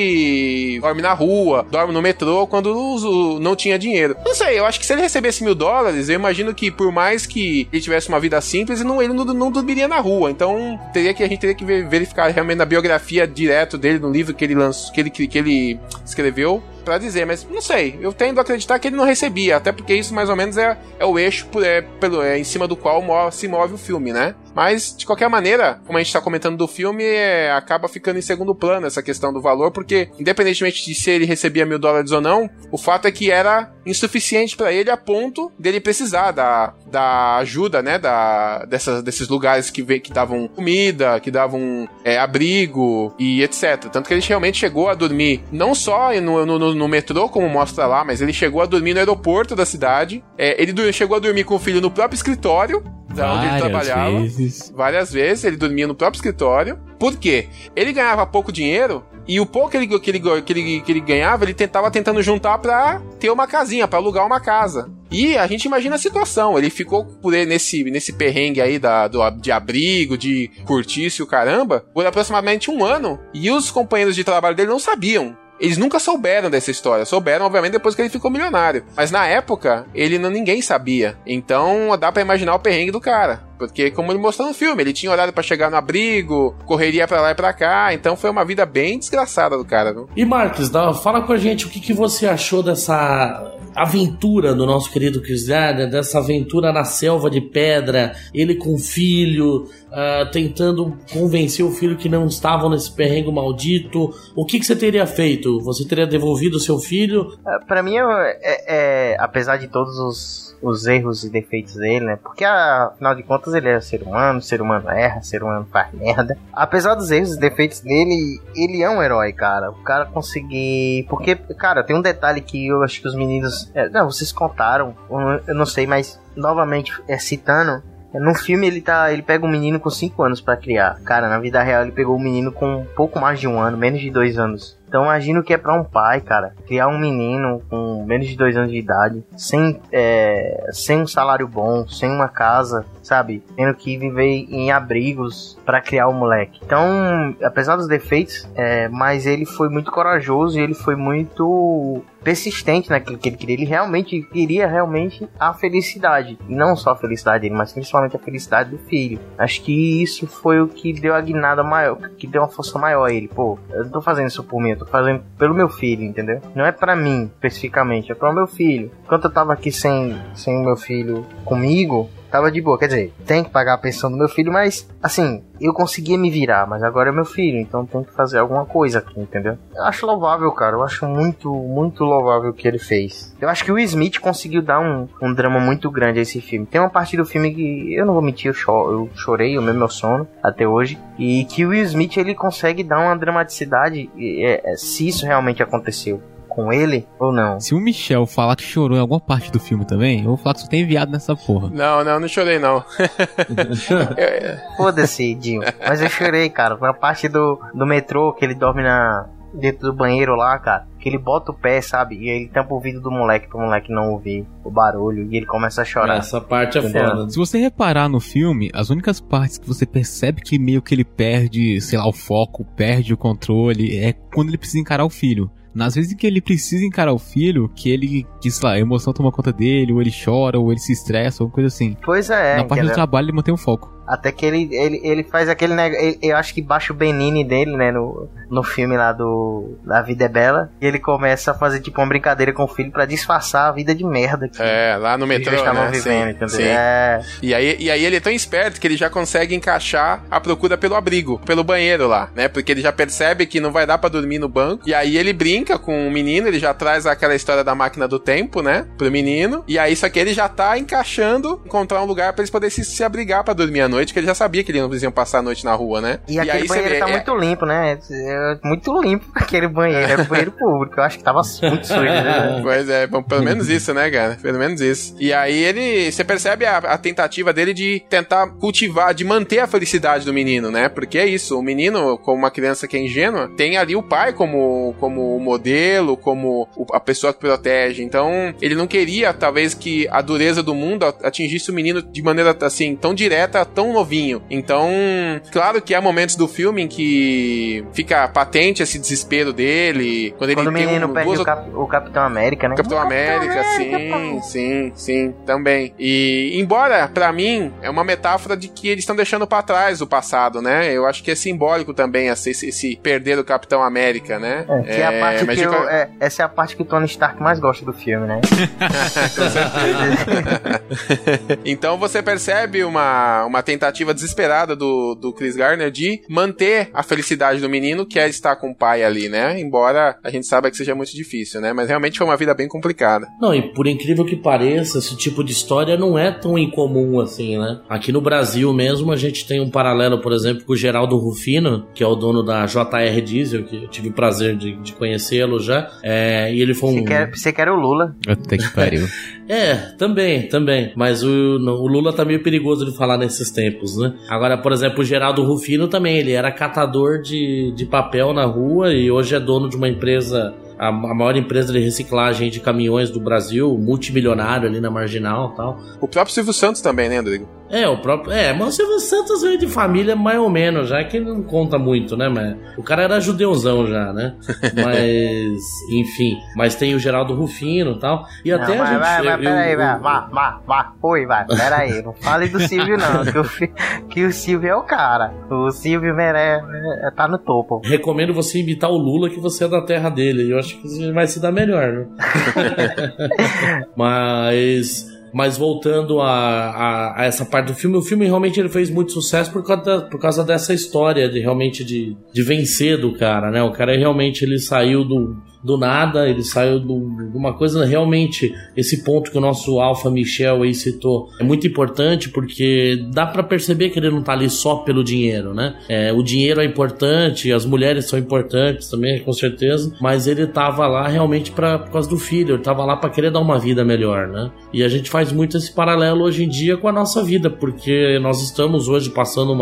C: ele dorme na rua, dorme no metrô quando não tinha dinheiro. Não sei, eu acho que se ele recebesse mil dólares, eu imagino que por mais que ele tivesse uma vida simples, ele não, ele não, não dormiria na rua. Então teria que, a gente teria que verificar realmente na biografia direto dele, no livro que ele lançou, que ele, que ele escreveu, pra dizer, mas não sei, eu tendo a acreditar que ele não recebia, até porque isso mais ou menos é, é o eixo por, é, pelo, é, em cima do qual move, se move o filme, né? Mas, de qualquer maneira, como a gente tá comentando do filme, é, acaba ficando em segundo plano essa questão do valor, porque, independentemente de se ele recebia mil dólares ou não, o fato é que era insuficiente pra ele a ponto dele precisar da, da ajuda, né, da, dessas, desses lugares que, que davam comida, que davam é, abrigo e etcétera. Tanto que ele realmente chegou a dormir, não só no, no, no metrô, como mostra lá, mas ele chegou a dormir no aeroporto da cidade, é, ele chegou a dormir com o filho no próprio escritório, da onde ele trabalhava. Vezes. Várias vezes. Ele dormia no próprio escritório. Por quê? Ele ganhava pouco dinheiro e o pouco que ele, que ele, que ele, que ele ganhava, ele tentava tentando juntar pra ter uma casinha, pra alugar uma casa. E a gente imagina a situação. Ele ficou por ele nesse, nesse perrengue aí da, do, de abrigo, de cortiço e o caramba, por aproximadamente um ano. E os companheiros de trabalho dele não sabiam. Eles nunca souberam dessa história. Souberam, obviamente, depois que ele ficou milionário. Mas na época, ele não, ninguém sabia. Então, dá pra imaginar o perrengue do cara. Porque, como ele mostrou no filme, ele tinha horário pra chegar no abrigo, correria pra lá e pra cá. Então, foi uma vida bem desgraçada do cara, viu?
B: E, Marcos, dá, fala com a gente o que, que você achou dessa aventura do nosso querido Chris Gardner, dessa aventura na selva de pedra, ele com o filho, uh, tentando convencer o filho que não estavam nesse perrengue maldito. O que, que você teria feito? Você teria devolvido o seu filho?
D: Uh, pra mim, é, é, apesar de todos os, os erros e defeitos dele, né? Porque, afinal de contas, ele é ser humano, ser humano erra, ser humano faz merda. Apesar dos erros e defeitos dele, ele é um herói, cara. O cara conseguir... Porque, cara, tem um detalhe que eu acho que os meninos... É, não, vocês contaram, eu não sei, mas novamente é, citando, no filme ele tá, ele pega um menino com cinco anos pra criar. Cara, na vida real ele pegou um menino com um pouco mais de um ano, menos de dois anos. Então imagina o que é pra um pai, cara, criar um menino com menos de dois anos de idade, sem, é, sem um salário bom, sem uma casa, sabe? Tendo que viver em abrigos pra criar o moleque. Então, apesar dos defeitos, é, mas ele foi muito corajoso e ele foi muito persistente naquilo que ele queria. Ele realmente queria realmente a felicidade. E não só a felicidade dele, mas principalmente a felicidade do filho. Acho que isso foi o que deu a guinada maior, que deu uma força maior a ele. Pô, eu não tô fazendo isso por mim, eu tô fazendo pelo meu filho, entendeu? Não é pra mim, especificamente, é pro meu filho. Enquanto eu tava aqui sem, sem o meu filho comigo, tava de boa, quer dizer, tem que pagar a pensão do meu filho, mas, assim, eu conseguia me virar, mas agora é meu filho, então tem que fazer alguma coisa aqui, entendeu? Eu acho louvável, cara, eu acho muito, muito louvável o que ele fez. Eu acho que o Smith conseguiu dar um, um drama muito grande a esse filme. Tem uma parte do filme que, eu não vou mentir, eu, cho eu chorei, eu mesmo meu sono, até hoje, e que o Will Smith, ele consegue dar uma dramaticidade, é, é, se isso realmente aconteceu com ele ou não.
G: Se o Michel falar que chorou em alguma parte do filme também, eu vou falar que você tem enviado nessa porra.
C: Não, não, não chorei não.
D: Foda-se, Dinho. Mas eu chorei, cara. Foi a parte do, do metrô que ele dorme na, dentro do banheiro lá, cara. Que ele bota o pé, sabe? E ele tampa o ouvido do moleque pro moleque não ouvir o barulho. E ele começa a chorar.
B: Essa parte é foda.
G: Se você reparar no filme, as únicas partes que você percebe que meio que ele perde, sei lá, o foco, perde o controle, é quando ele precisa encarar o filho. Nas vezes em que ele precisa encarar o filho, que ele, que, sei lá, a emoção toma conta dele, ou ele chora, ou ele se estressa, ou coisa assim.
D: Pois é.
G: Na parte
D: entendeu?
G: do trabalho ele mantém o foco.
D: Até que ele, ele, ele faz aquele negócio. Eu acho que baixa o Benini dele, né? No, no filme lá do A Vida é Bela. E ele começa a fazer tipo uma brincadeira com o filho pra disfarçar a vida de merda que
C: é, lá no metrô,
D: eles estavam
C: né?
D: vivendo,
C: sim,
D: entendeu?
C: sim.
D: É...
C: E, aí, e aí ele é tão esperto que ele já consegue encaixar a procura pelo abrigo, pelo banheiro lá, né? Porque ele já percebe que não vai dar pra dormir no banco. E aí ele brinca com o menino, ele já traz aquela história da máquina do tempo, né? Pro menino. E aí só que ele já tá encaixando, encontrar um lugar pra eles poderem se, se abrigar pra dormir à noite, que ele já sabia que eles iam passar a noite na rua, né?
D: E, e aquele aí banheiro vê, tá é... muito limpo, né? É muito limpo aquele banheiro. É banheiro público. Eu acho que tava muito sujo, né?
C: Pois é, bom, pelo menos isso, né, cara? Pelo menos isso. E aí ele... Você percebe a, a tentativa dele de tentar cultivar, de manter a felicidade do menino, né? Porque é isso. O menino, como uma criança que é ingênua, tem ali o pai como, como modelo, como a pessoa que protege. Então, ele não queria, talvez, que a dureza do mundo atingisse o menino de maneira, assim, tão direta, tão novinho. Então, claro que há momentos do filme em que fica patente esse desespero dele. Quando,
D: quando
C: ele
D: o menino
C: tem um,
D: perde
C: duas...
D: o, Cap, o Capitão América, né?
C: O Capitão América, Capitão América, sim, sim, sim, também. E, embora, pra mim, é uma metáfora de que eles estão deixando pra trás o passado, né? Eu acho que é simbólico também esse, esse perder do Capitão América, né?
D: É, que é, é a parte que eu, eu... É, essa é a parte que o Tony Stark mais gosta do filme, né?
C: Então você percebe uma, uma tentativa desesperada do, do Chris Gardner de manter a felicidade do menino, que é estar com o pai ali, né? Embora a gente saiba que seja muito difícil, né? Mas realmente foi uma vida bem complicada.
B: Não, e por incrível que pareça, esse tipo de história não é tão incomum assim, né? Aqui no Brasil mesmo, a gente tem um paralelo, por exemplo, com o Geraldo Rufino, que é o dono da J R Diesel, que eu tive o prazer de, de conhecê-lo já. É, e ele foi um...
D: Você quer, você quer o Lula.
G: Até que pariu.
B: É, também, também. Mas o, o Lula tá meio perigoso de falar nesses tempos, né? Agora, por exemplo, o Geraldo Rufino também, ele era catador de, de papel na rua e hoje é dono de uma empresa, a, a maior empresa de reciclagem de caminhões do Brasil, multimilionário ali na Marginal e tal.
C: O próprio Silvio Santos também, né, Rodrigo?
B: É, o próprio... É, mas o Silvio Santos veio de família mais ou menos, já que ele não conta muito, né? Mas o cara era judeuzão já, né? Mas, enfim. Mas tem o Geraldo Rufino e tal. E
D: não,
B: até
D: vai,
B: a gente...
D: Vai, vai,
B: eu,
D: peraí,
B: eu,
D: vai,
B: eu...
D: vai, vai, vai, oi, vai, peraí. Não fale do Silvio, não. Que o, que o Silvio é o cara. O Silvio merece... Tá no topo.
B: Recomendo você imitar o Lula, que você é da terra dele. Eu acho que você vai se dar melhor, né? Mas... Mas voltando a, a, a essa parte do filme, o filme realmente ele fez muito sucesso por causa, da, por causa dessa história de realmente de, de vencer do cara, né? O cara realmente ele saiu do, do nada, ele saiu do, de uma coisa realmente, esse ponto que o nosso Alpha Michel aí citou é muito importante porque dá pra perceber que ele não tá ali só pelo dinheiro, né? É, o dinheiro é importante, as mulheres são importantes também, com certeza, mas ele tava lá realmente pra, por causa do filho, ele tava lá pra querer dar uma vida melhor, né? E a gente faz muito esse paralelo hoje em dia com a nossa vida, porque nós estamos hoje passando uma,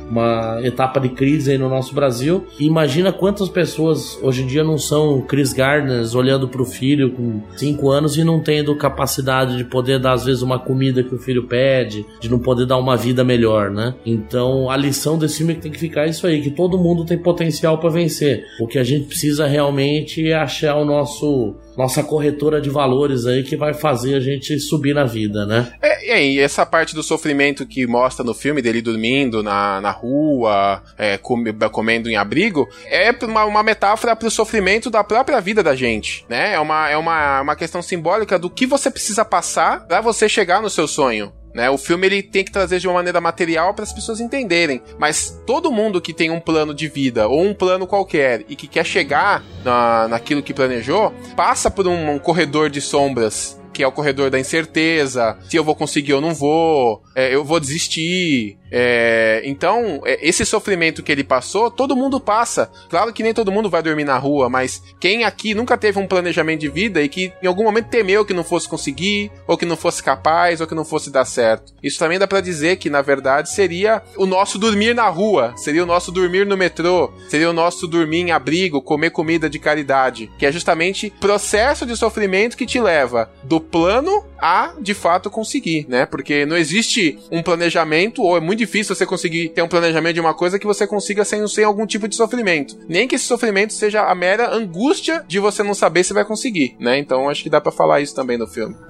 B: uma etapa de crise aí no nosso Brasil. E imagina quantas pessoas hoje em dia não são Chris Gardners olhando pro filho com cinco anos e não tendo capacidade de poder dar às vezes uma comida que o filho pede, de não poder dar uma vida melhor, né? Então a lição desse filme tem que ficar isso aí, que todo mundo tem potencial para vencer. O que a gente precisa realmente é achar o nosso nossa corretora de valores aí que vai fazer a gente subir na vida, né?
C: É, e essa parte do sofrimento que mostra no filme, dele dormindo na, na rua, é, com, comendo em abrigo, é uma, uma metáfora pro sofrimento da própria vida da gente, né? É uma, é uma, uma questão simbólica do que você precisa passar pra você chegar no seu sonho. Né, o filme ele tem que trazer de uma maneira material para as pessoas entenderem, mas todo mundo que tem um plano de vida ou um plano qualquer e que quer chegar na, naquilo que planejou, passa por um, um corredor de sombras, que é o corredor da incerteza, se eu vou conseguir ou não vou, é, eu vou desistir. É, então, esse sofrimento que ele passou, todo mundo passa. Claro que nem todo mundo vai dormir na rua, mas quem aqui nunca teve um planejamento de vida e que em algum momento temeu que não fosse conseguir, ou que não fosse capaz, ou que não fosse dar certo. Isso também dá pra dizer que, na verdade, seria o nosso dormir na rua, seria o nosso dormir no metrô, seria o nosso dormir em abrigo, comer comida de caridade, que é justamente processo de sofrimento que te leva do plano a, de fato, conseguir, né? Porque não existe um planejamento, ou é muito difícil você conseguir ter um planejamento de uma coisa que você consiga sem, sem algum tipo de sofrimento. Nem que esse sofrimento seja a mera angústia de você não saber se vai conseguir, né? Então acho que dá pra falar isso também no filme.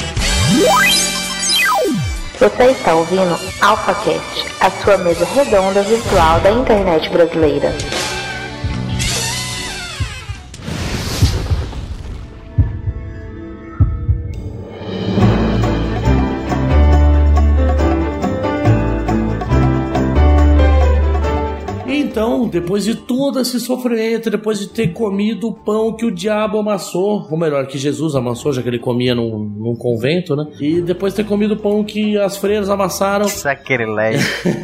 F: Você está ouvindo AlphaCast, a sua mesa redonda virtual da internet brasileira.
B: Então, depois de todo esse sofrimento, depois de ter comido o pão que o diabo amassou, ou melhor, que Jesus amassou, já que ele comia num, num convento, né? E depois de ter comido o pão que as freiras amassaram,
D: sacrilégio.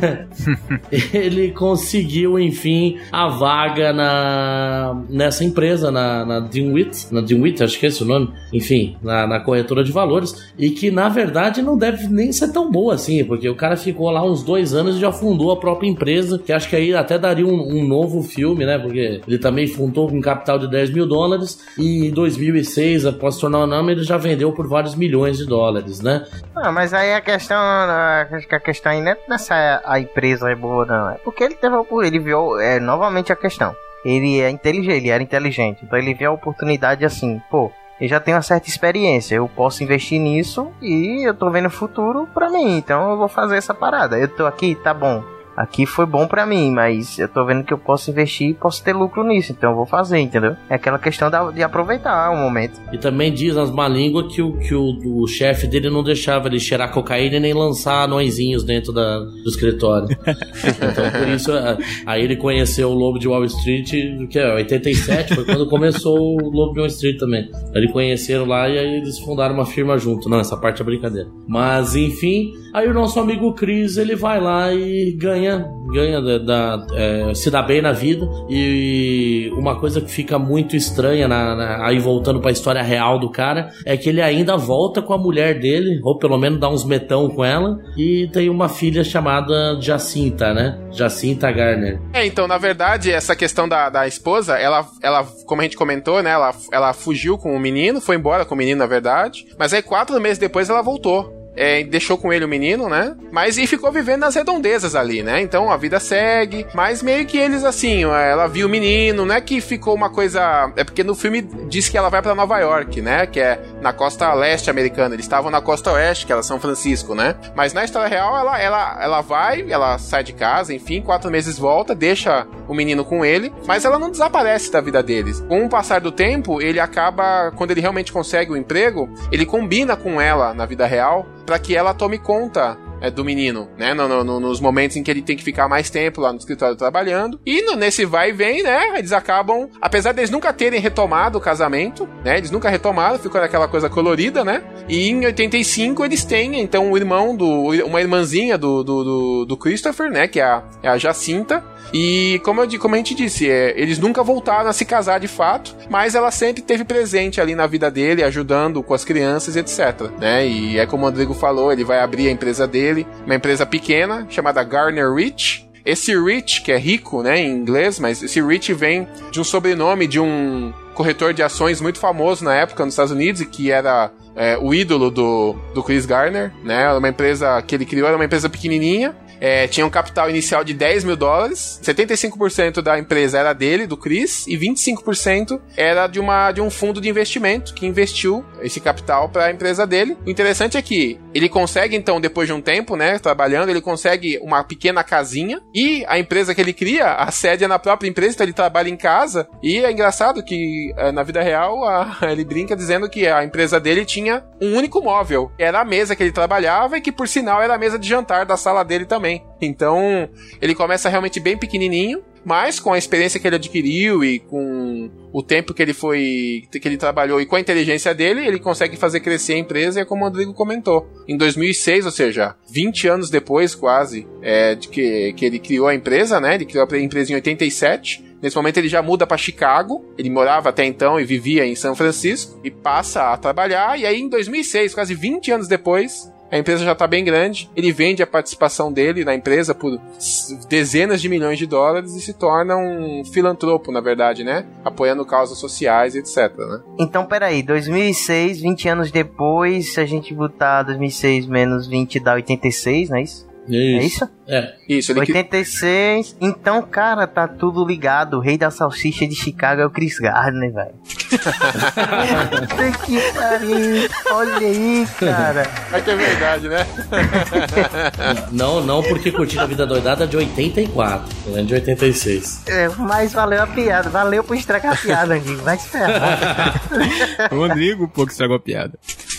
B: Ele conseguiu, enfim, a vaga na, nessa empresa, na, na Dreamwit, na Dreamwit, acho que é esse o nome, enfim, na, na corretora de valores, e que na verdade não deve nem ser tão boa assim, porque o cara ficou lá uns dois anos e já fundou a própria empresa, que acho que aí até daria um, um novo filme, né? Porque ele também fundou com um capital de dez mil dólares e em dois mil e seis, após se tornar o nome, ele já vendeu por vários milhões de dólares, né?
D: Ah, mas aí a questão, a, a questão aí não é nessa a empresa é boa, não. É porque ele teve, ele viu, é, novamente a questão. Ele é inteligente, ele era inteligente, então ele viu a oportunidade assim, pô, eu já tenho uma certa experiência, eu posso investir nisso e eu tô vendo o futuro pra mim, então eu vou fazer essa parada. Eu tô aqui, tá bom. Aqui foi bom pra mim, mas eu tô vendo que eu posso investir e posso ter lucro nisso, então eu vou fazer, entendeu? É aquela questão da, de aproveitar o momento.
B: E também diz nas má língua que, o, que o, o chefe dele não deixava ele cheirar cocaína e nem lançar anõezinhos dentro da, do escritório. Então por isso, aí ele conheceu o Lobo de Wall Street, que é oitenta e sete, foi quando começou o Lobo de Wall Street também. Eles conheceram lá e aí eles fundaram uma firma junto. Não, essa parte é brincadeira. Mas enfim, aí o nosso amigo Chris, ele vai lá e ganha ganha da, da, é, se dá bem na vida. E uma coisa que fica muito estranha na, na, aí voltando pra história real do cara é que ele ainda volta com a mulher dele, ou pelo menos dá uns metão com ela, e tem uma filha chamada Jacinta, né? Jacinta Garner.
C: É, então na verdade essa questão da, da esposa, ela, ela, como a gente comentou, né, ela, ela fugiu com o menino, foi embora com o menino na verdade, mas aí quatro meses depois ela voltou. É, deixou com ele o menino, né? Mas e ficou vivendo nas redondezas ali, né? Então a vida segue, mas meio que eles assim, ela viu o menino, né? Que ficou uma coisa. É porque no filme diz que ela vai pra Nova York, né? Que é na costa leste americana. Eles estavam na costa oeste, que era São Francisco, né? Mas na história real, ela, ela, ela vai, ela sai de casa, enfim, quatro meses volta, deixa o menino com ele, mas ela não desaparece da vida deles. Com o passar do tempo, ele acaba, quando ele realmente consegue o emprego, ele combina com ela na vida real para que ela tome conta é, do menino, né? No, no, nos momentos em que ele tem que ficar mais tempo lá no escritório trabalhando. E no, nesse vai e vem, né? Eles acabam, apesar deles nunca terem retomado o casamento, né? Eles nunca retomaram, ficou aquela coisa colorida, né? E em oitenta e cinco eles têm, então, o irmão do... uma irmãzinha do, do, do, do Christopher, né? Que é a, é a Jacinta. E como, eu, como a gente disse, é, eles nunca voltaram a se casar de fato, mas ela sempre esteve presente ali na vida dele, ajudando com as crianças, etcétera. Né? E é como o Rodrigo falou, ele vai abrir a empresa dele, uma empresa pequena, chamada Garner Rich, esse Rich, que é rico, né, em inglês, mas esse Rich vem de um sobrenome de um corretor de ações muito famoso na época nos Estados Unidos, e que era é, o ídolo do, do Chris Garner, né? Uma empresa que ele criou, era uma empresa pequenininha. É, tinha um capital inicial de dez mil dólares, setenta e cinco por cento da empresa era dele, do Chris, e vinte e cinco por cento era de, uma, de um fundo de investimento que investiu esse capital para a empresa dele. O interessante é que ele consegue, então, depois de um tempo, né, trabalhando, ele consegue uma pequena casinha, e a empresa que ele cria, a sede é na própria empresa, então ele trabalha em casa, e é engraçado que na vida real a, ele brinca dizendo que a empresa dele tinha um único móvel, era a mesa que ele trabalhava, e que por sinal era a mesa de jantar da sala dele também. Então, ele começa realmente bem pequenininho, mas com a experiência que ele adquiriu e com o tempo que ele foi, que ele trabalhou e com a inteligência dele, ele consegue fazer crescer a empresa, e é como o Rodrigo comentou. Em dois mil e seis, ou seja, vinte anos depois quase, é, de que, que ele criou a empresa, né? Ele criou a empresa em oitenta e sete. Nesse momento ele já muda para Chicago, ele morava até então e vivia em São Francisco, e passa a trabalhar, e aí em dois mil e seis, quase vinte anos depois, a empresa já está bem grande, ele vende a participação dele na empresa por dezenas de milhões de dólares e se torna um filantropo, na verdade, né? Apoiando causas sociais, etcétera, né?
D: Então, peraí, dois mil e seis, vinte anos depois, se a gente botar dois mil e seis menos vinte dá oitenta e seis, não é isso?
B: Isso.
D: É isso?
B: É.
C: Isso, ele
D: oitenta e seis. Que... Então, cara, tá tudo ligado. O rei da salsicha de Chicago é o Chris Gardner, velho. Puta que pariu. Olha aí, cara.
C: É que é verdade, né?
B: Não, não, porque Curtindo a Vida Doidada é de oitenta e quatro, não é de oitenta e seis.
D: É, mas valeu a piada. Valeu por estragar a piada, Andinho. Vai se ferrar.
G: O Rodrigo, pô, que estragou a piada.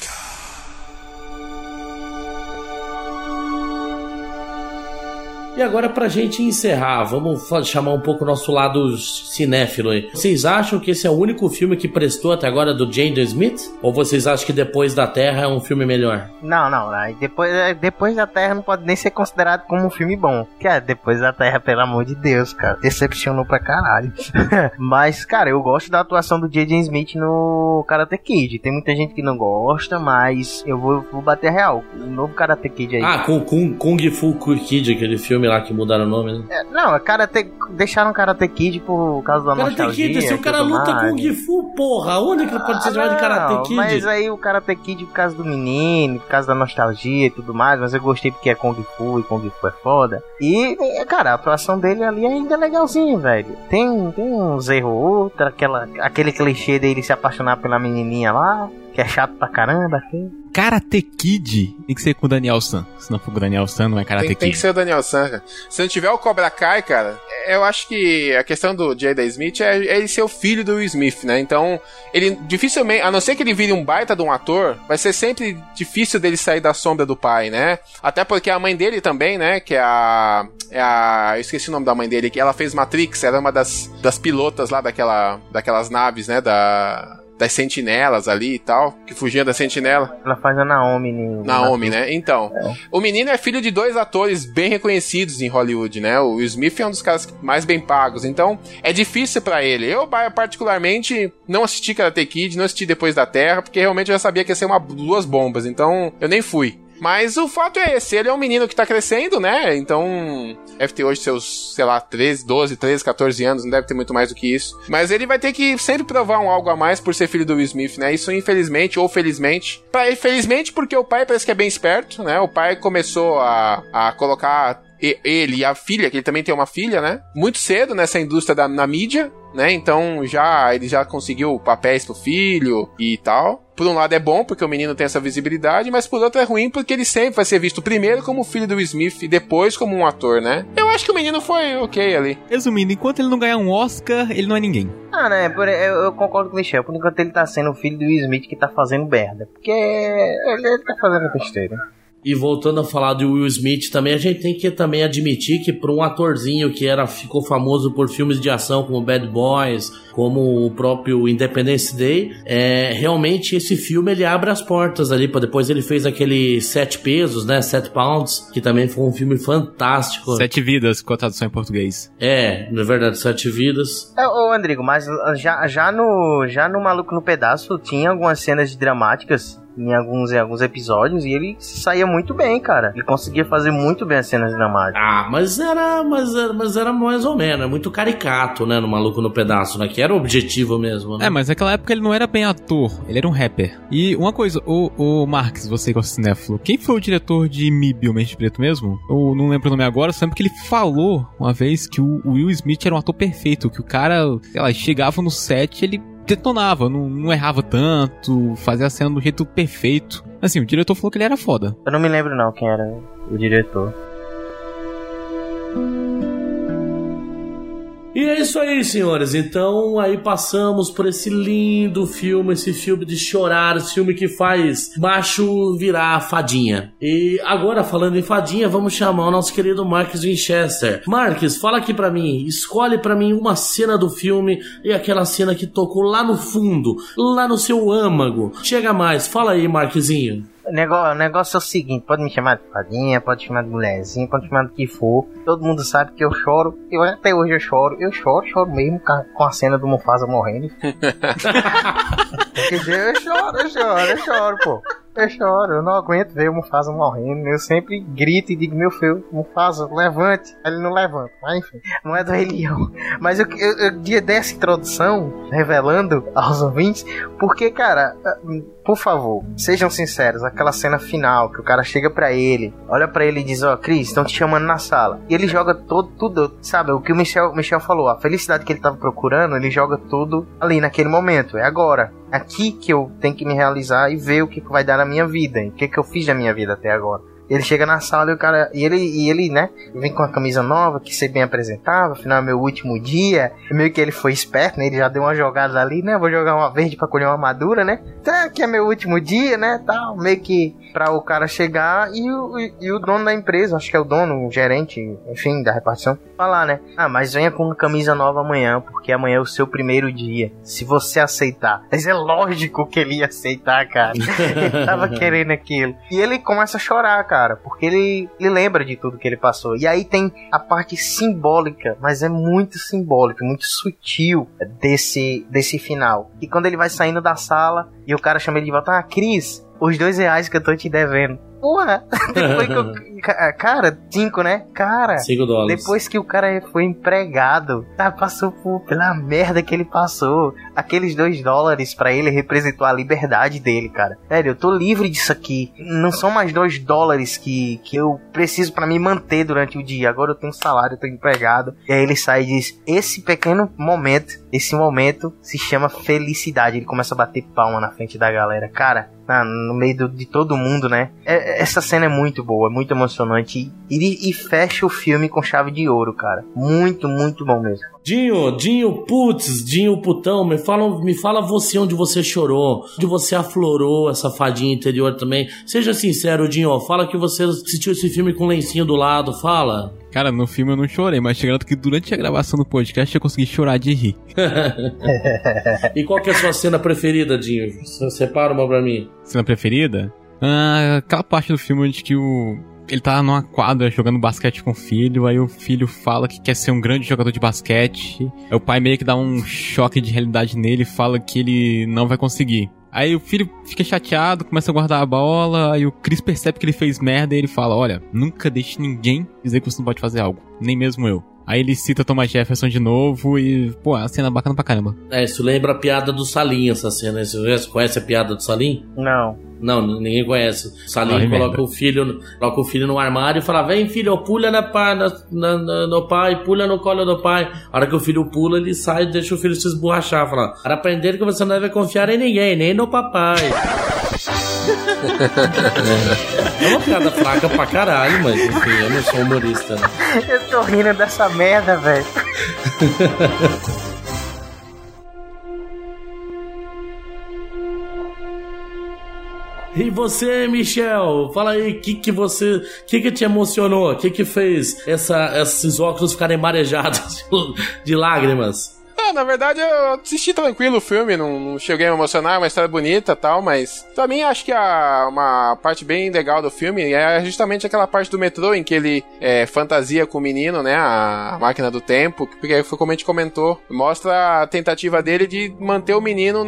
B: E agora, pra gente encerrar, vamos chamar um pouco o nosso lado cinéfilo aí. Vocês acham que esse é o único filme que prestou até agora do Jaden Smith? Ou vocês acham que Depois da Terra é um filme melhor?
D: Não, não. Depois, Depois da Terra não pode nem ser considerado como um filme bom. Que é Depois da Terra, pelo amor de Deus, cara. Decepcionou pra caralho. Mas, cara, eu gosto da atuação do Jaden Smith no Karate Kid. Tem muita gente que não gosta, mas eu vou, vou bater real. O novo Karate Kid aí.
B: Ah, com Kung, Kung Fu Kid, aquele filme lá que mudaram o nome, né?
D: É, não, Karate, deixaram o Karate Kid por causa da
B: Karate
D: nostalgia.
B: Kid, se o cara luta mais. Kung Fu, porra, onde que pode ser chamado de Karate Kid?
D: Mas aí o Karate Kid por causa do menino, por causa da nostalgia e tudo mais, mas eu gostei porque é Kung Fu e Kung Fu é foda. E, cara, a atuação dele ali ainda é legalzinha, velho. Tem, tem uns erros outros, aquela, aquele clichê dele se apaixonar pela menininha lá, que é chato pra caramba, assim.
G: Karate Kid tem que ser com o Daniel San. Se não for com o Daniel San, não é Karate
C: tem,
G: Kid.
C: Tem que ser o Daniel San, cara. Se não tiver o Cobra Kai, cara, eu acho que a questão do Jaden Smith é, é ele ser o filho do Will Smith, né? Então, ele dificilmente, a não ser que ele vire um baita de um ator, vai ser sempre difícil dele sair da sombra do pai, né? Até porque a mãe dele também, né? Que é a... É a eu esqueci o nome da mãe dele, que ela fez Matrix, era uma das, das pilotas lá daquela, daquelas naves, né? Da... das sentinelas ali e tal, que fugiam da sentinela.
D: Ela faz a Naomi. No...
C: Naomi, né? Então, é. O menino é filho de dois atores bem reconhecidos em Hollywood, né? O Will Smith é um dos caras mais bem pagos, então é difícil pra ele. Eu, particularmente, não assisti Karate Kid, não assisti Depois da Terra, porque realmente eu já sabia que ia ser uma, duas bombas, então eu nem fui. Mas o fato é esse, ele é um menino que tá crescendo, né? Então, deve ter hoje seus, sei lá, treze, doze, treze, catorze anos, não deve ter muito mais do que isso. Mas ele vai ter que sempre provar um algo a mais por ser filho do Will Smith, né? Isso infelizmente ou felizmente. Pra, felizmente porque o pai parece que é bem esperto, né? O pai começou a, a colocar ele e a filha, que ele também tem uma filha, né? Muito cedo nessa indústria da, na mídia, né? Então já ele já conseguiu papéis pro filho e tal. Por um lado é bom, porque o menino tem essa visibilidade, mas por outro é ruim, porque ele sempre vai ser visto primeiro como filho do Will Smith e depois como um ator, né? Eu acho que o menino foi ok ali.
G: Resumindo, enquanto ele não ganhar um Oscar, ele não é ninguém.
D: Ah, né? Por, eu, eu concordo com o Michel. Por enquanto ele tá sendo o filho do Will Smith que tá fazendo merda. Porque ele, ele tá fazendo besteira.
B: E voltando a falar do Will Smith também, a gente tem que também admitir que para um atorzinho que era, ficou famoso por filmes de ação como Bad Boys, como o próprio Independence Day, é, realmente esse filme ele abre as portas ali, para depois ele fez aquele Sete Pesos, né, Sete Pounds, que também foi um filme fantástico.
G: Sete Vidas, com a tradução em português.
B: É, na verdade, Sete Vidas.
D: É, ô Andrigo, mas já, já, no, já no Maluco no Pedaço tinha algumas cenas dramáticas em alguns, em alguns episódios e ele saía muito bem, cara. Ele conseguia fazer muito bem as cenas dramáticas.
B: Ah, mas era, mas era, mas era mais ou menos, é muito caricato, né, no Maluco no Pedaço, né, que era o objetivo mesmo, né?
G: É, mas naquela época ele não era bem ator, ele era um rapper. E uma coisa, o, o Marques, você que é o cinéfilo, quem foi o diretor de M I B, o Mente Preto mesmo? Eu não lembro o nome agora, só lembro que ele falou uma vez que o Will Smith era um ator perfeito, que o cara, sei lá, chegava no set, ele detonava, não, não errava tanto, fazia a cena do jeito perfeito. Assim, o diretor falou que ele era foda.
D: Eu não me lembro não quem era o diretor.
B: E é isso aí, senhores. Então, aí passamos por esse lindo filme, esse filme de chorar, esse filme que faz macho virar fadinha. E agora, falando em fadinha, vamos chamar o nosso querido Marques Winchester. Marques, fala aqui pra mim, escolhe pra mim uma cena do filme e aquela cena que tocou lá no fundo, lá no seu âmago. Chega mais, fala aí, Marquezinho.
D: O negócio, o negócio é o seguinte, pode me chamar de fadinha, pode me chamar de mulherzinha, pode me chamar do que for. Todo mundo sabe que eu choro, eu, até hoje eu choro, eu choro, choro mesmo com a cena do Mufasa morrendo. Quer dizer, eu choro, eu choro, eu choro, pô. Eu choro, eu não aguento ver o Mufasa morrendo. Eu sempre grito e digo, meu filho, Mufasa, levante. Ele não levanta, mas enfim, não é do Rei Leão. Mas eu, eu, eu dia dessa introdução, revelando aos ouvintes, porque, cara, por favor, sejam sinceros, aquela cena final que o cara chega pra ele, olha pra ele e diz, ó, oh, Chris, estão te chamando na sala. E ele joga todo, tudo, sabe, o que o Michel, Michel falou, a felicidade que ele tava procurando, ele joga tudo ali naquele momento, é agora. Aqui que eu tenho que me realizar e ver o que vai dar na minha vida, o que, que eu fiz na minha vida até agora. Ele chega na sala e o cara, e ele, e ele, né, vem com a camisa nova, que ser bem apresentável, afinal é meu último dia, meio que ele foi esperto, né, ele já deu uma jogada ali, né, vou jogar uma verde pra colher uma madura, né, tá, que é meu último dia, né, tal, meio que pra o cara chegar e o, e, e o dono da empresa, acho que é o dono, o gerente, enfim, da repartição, falar, né, ah, mas venha com uma camisa nova amanhã, porque amanhã é o seu primeiro dia, se você aceitar. Mas é lógico que ele ia aceitar, cara, ele tava querendo aquilo, e ele começa a chorar, cara, porque ele, ele lembra de tudo que ele passou. E aí tem a parte simbólica, mas é muito simbólica, muito sutil desse, desse final. E quando ele vai saindo da sala e o cara chama ele de volta, ah, Cris, os dois reais que eu tô te devendo. Porra, depois que eu, cara, cinco, né? Cara,
B: cinco dólares.
D: Depois que o cara foi empregado, tá, passou por, pela merda que ele passou. Aqueles dois dólares pra ele representou a liberdade dele, cara. Sério, eu tô livre disso aqui. Não são mais dois dólares que, que eu preciso pra me manter durante o dia. Agora eu tenho salário, eu tô empregado. E aí ele sai e diz, esse pequeno momento, esse momento se chama felicidade. Ele começa a bater palma na frente da galera. Cara, no meio do, de todo mundo, né? É, essa cena é muito boa, é muito emocionante e, e fecha o filme com chave de ouro, cara. Muito, muito bom mesmo.
B: Dinho, Dinho, putz, Dinho putão, me fala, me fala você onde você chorou, onde você aflorou essa fadinha interior também. Seja sincero, Dinho, fala que você assistiu esse filme com um lencinho do lado, fala.
G: Cara, no filme eu não chorei, mas chegando que durante a gravação do podcast eu consegui chorar de rir.
B: E qual que é a sua cena preferida, Dinho? Separa uma pra mim.
G: Cena preferida? Ah, aquela parte do filme onde que o... ele tá numa quadra jogando basquete com o filho, aí o filho fala que quer ser um grande jogador de basquete, aí o pai meio que dá um choque de realidade nele e fala que ele não vai conseguir. Aí o filho fica chateado, começa a guardar a bola, aí o Chris percebe que ele fez merda e ele fala, olha, nunca deixe ninguém dizer que você não pode fazer algo, nem mesmo eu. Aí ele cita Thomas Jefferson de novo e, pô, é uma cena bacana pra caramba.
B: É, isso lembra a piada do Salim, essa cena. Você conhece a piada do Salim?
D: Não.
B: Não, ninguém conhece. O Salim coloca o, filho, coloca o filho no armário e fala, vem filho, pula na pá, na, na, na, no pai, pula no colo do pai. A hora que o filho pula, ele sai e deixa o filho se esborrachar. Fala, para aprender que você não deve confiar em ninguém, nem no papai. É uma piada fraca pra caralho, mas enfim, eu não sou humorista, né?
D: Eu tô rindo dessa merda, velho.
B: E você, Michel, fala aí, o que que você, o que que te emocionou? O que que fez essa, esses óculos ficarem marejados de, de lágrimas?
C: Ah, na verdade eu assisti tranquilo o filme, não, não cheguei a me emocionar, é uma história bonita e tal, mas pra mim acho que a, uma parte bem legal do filme é justamente aquela parte do metrô em que ele é, fantasia com o menino, né, a máquina do tempo, porque foi como a gente comentou, mostra a tentativa dele de manter o menino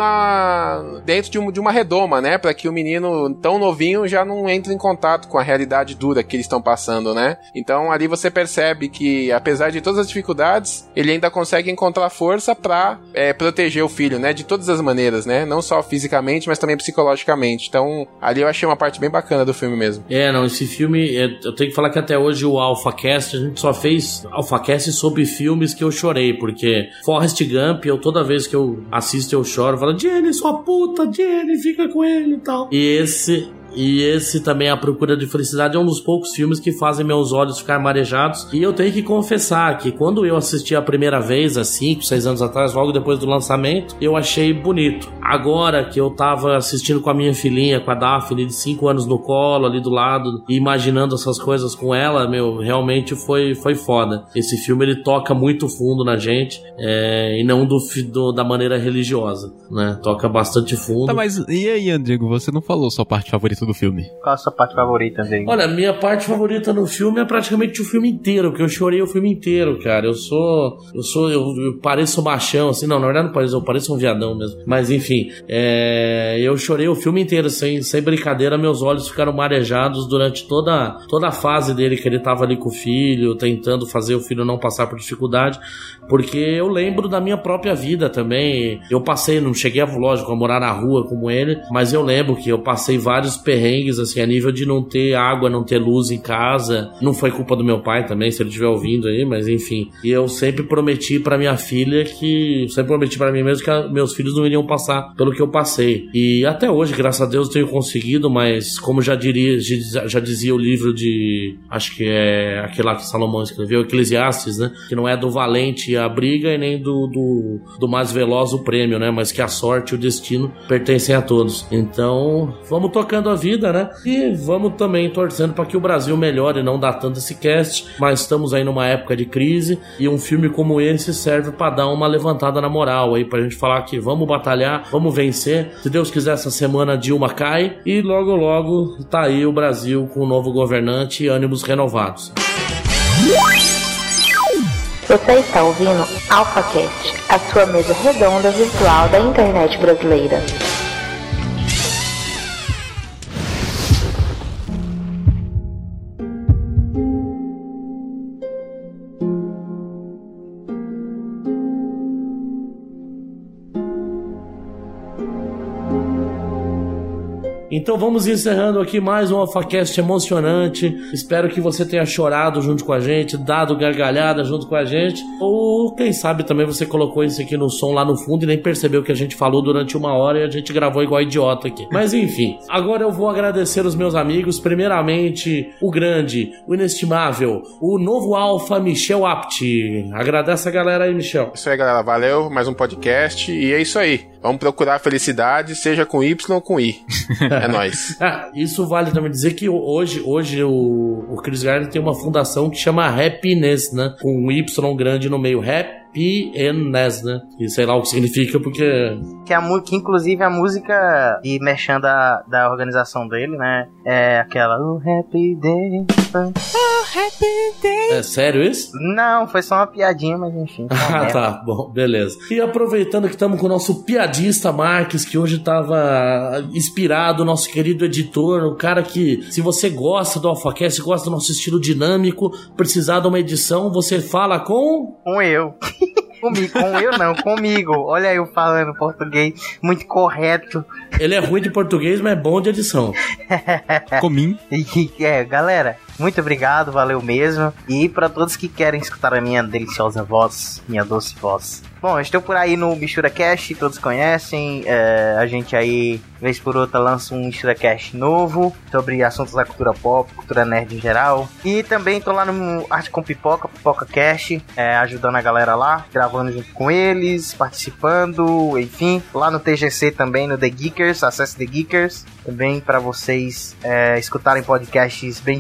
C: na dentro de, um, de uma redoma, né, pra que o menino tão novinho já não entre em contato com a realidade dura que eles estão passando, né. Então ali você percebe que apesar de todas as dificuldades, ele ainda consegue encontrar força pra é, proteger o filho, né, de todas as maneiras, né, não só fisicamente, mas também psicologicamente. Então ali eu achei uma parte bem bacana do filme mesmo.
B: É, não, esse filme, eu tenho que falar que até hoje o AlphaCast, a gente só fez AlphaCast sobre filmes que eu chorei, porque Forrest Gump, eu toda vez que eu assisto eu choro, falo, Jenny, sua puta, Jenny, fica com ele e tal. E esse... E esse também, A Procura de Felicidade, é um dos poucos filmes que fazem meus olhos ficar marejados. E eu tenho que confessar que quando eu assisti a primeira vez, há cinco, seis anos atrás, logo depois do lançamento, eu achei bonito. Agora que eu tava assistindo com a minha filhinha, com a Daphne, de cinco anos no colo, ali do lado, e imaginando essas coisas com ela, meu, realmente foi, foi foda. Esse filme, ele toca muito fundo na gente, é, e não do, do, da maneira religiosa, né? Toca bastante fundo.
G: Tá, mas e aí, Andrigo, você não falou sua parte favorita do filme?
D: Qual a sua parte favorita, Andrei?
B: Olha, minha parte favorita no filme é praticamente o filme inteiro, porque eu chorei o filme inteiro, cara. Eu sou. Eu sou. Eu, eu pareço machão, assim. Não, na verdade não pareço, eu pareço um viadão mesmo. Mas enfim, é, eu chorei o filme inteiro, sem, sem brincadeira. Meus olhos ficaram marejados durante toda, toda a fase dele, que ele tava ali com o filho, tentando fazer o filho não passar por dificuldade. Porque eu lembro da minha própria vida também. Eu passei, não cheguei, lógico, a morar na rua como ele, mas eu lembro que eu passei vários perrengues, assim, a nível de não ter água, não ter luz em casa. Não foi culpa do meu pai também, se ele estiver ouvindo aí, mas enfim. E eu sempre prometi pra minha filha que... Sempre prometi pra mim mesmo que a, meus filhos não iriam passar pelo que eu passei. E até hoje, graças a Deus, eu tenho conseguido, mas como já diria, já dizia o livro de... Acho que é aquele lá que Salomão escreveu, Eclesiastes, né? Que não é do valente a briga e nem do, do, do mais veloz o prêmio, né? Mas que a sorte e o destino pertencem a todos. Então, vamos tocando a vida, né? E vamos também torcendo para que o Brasil melhore e não dá tanto esse cast, mas estamos aí numa época de crise e um filme como esse serve para dar uma levantada na moral aí, pra gente falar que vamos batalhar, vamos vencer. Se Deus quiser, essa semana Dilma cai e logo logo tá aí o Brasil com um novo governante e ânimos renovados.
F: Você está ouvindo AlphaCast, a sua mesa redonda virtual da internet brasileira.
B: Então vamos encerrando aqui mais um AlphaCast emocionante. Espero que você tenha chorado junto com a gente, dado gargalhada junto com a gente. Ou quem sabe também você colocou isso aqui no som lá no fundo e nem percebeu que a gente falou durante uma hora e a gente gravou igual idiota aqui. Mas enfim, agora eu vou agradecer os meus amigos. Primeiramente, o grande, o inestimável, o novo Alpha, Michel Apt. Agradece a galera aí, Michel.
C: Isso aí, galera. Valeu. Mais um podcast. E é isso aí. Vamos procurar a felicidade, seja com Y ou com I. É nóis.
B: Ah, isso vale também dizer que hoje, hoje o, o Chris Gardner tem uma fundação que chama Happiness, né? Com um Y grande no meio. Happy. P N S, né? E sei lá o que significa, porque...
D: Que, a, que inclusive a música e mexendo da, da organização dele, né? É aquela... Oh, happy day.
G: Oh, happy day.
B: É sério isso?
D: Não, foi só uma piadinha, mas enfim.
B: Ah, tá. Bom, beleza. E aproveitando que estamos com o nosso piadista Marques, que hoje estava inspirado, nosso querido editor, o cara que, se você gosta do AlphaCast, gosta do nosso estilo dinâmico, precisar de uma edição, você fala com...
D: Com eu. Comigo, com eu não, comigo. Olha eu falando português muito correto.
B: Ele é ruim de português, mas é bom de edição.
G: Comim.
D: É, galera, muito obrigado, valeu mesmo. E para todos que querem escutar a minha deliciosa voz, minha doce voz. Bom, eu estou por aí no Mistura Cast, todos conhecem. É, a gente aí, vez por outra, lança um Mistura Cast novo sobre assuntos da cultura pop, cultura nerd em geral. E também estou lá no Arte com Pipoca, Pipoca Cast, é, ajudando a galera lá, gravando junto com eles, participando, enfim. Lá no T G C também, no The Geekers, acesse The Geekers. Também para vocês é, escutarem podcasts bem dinâmicos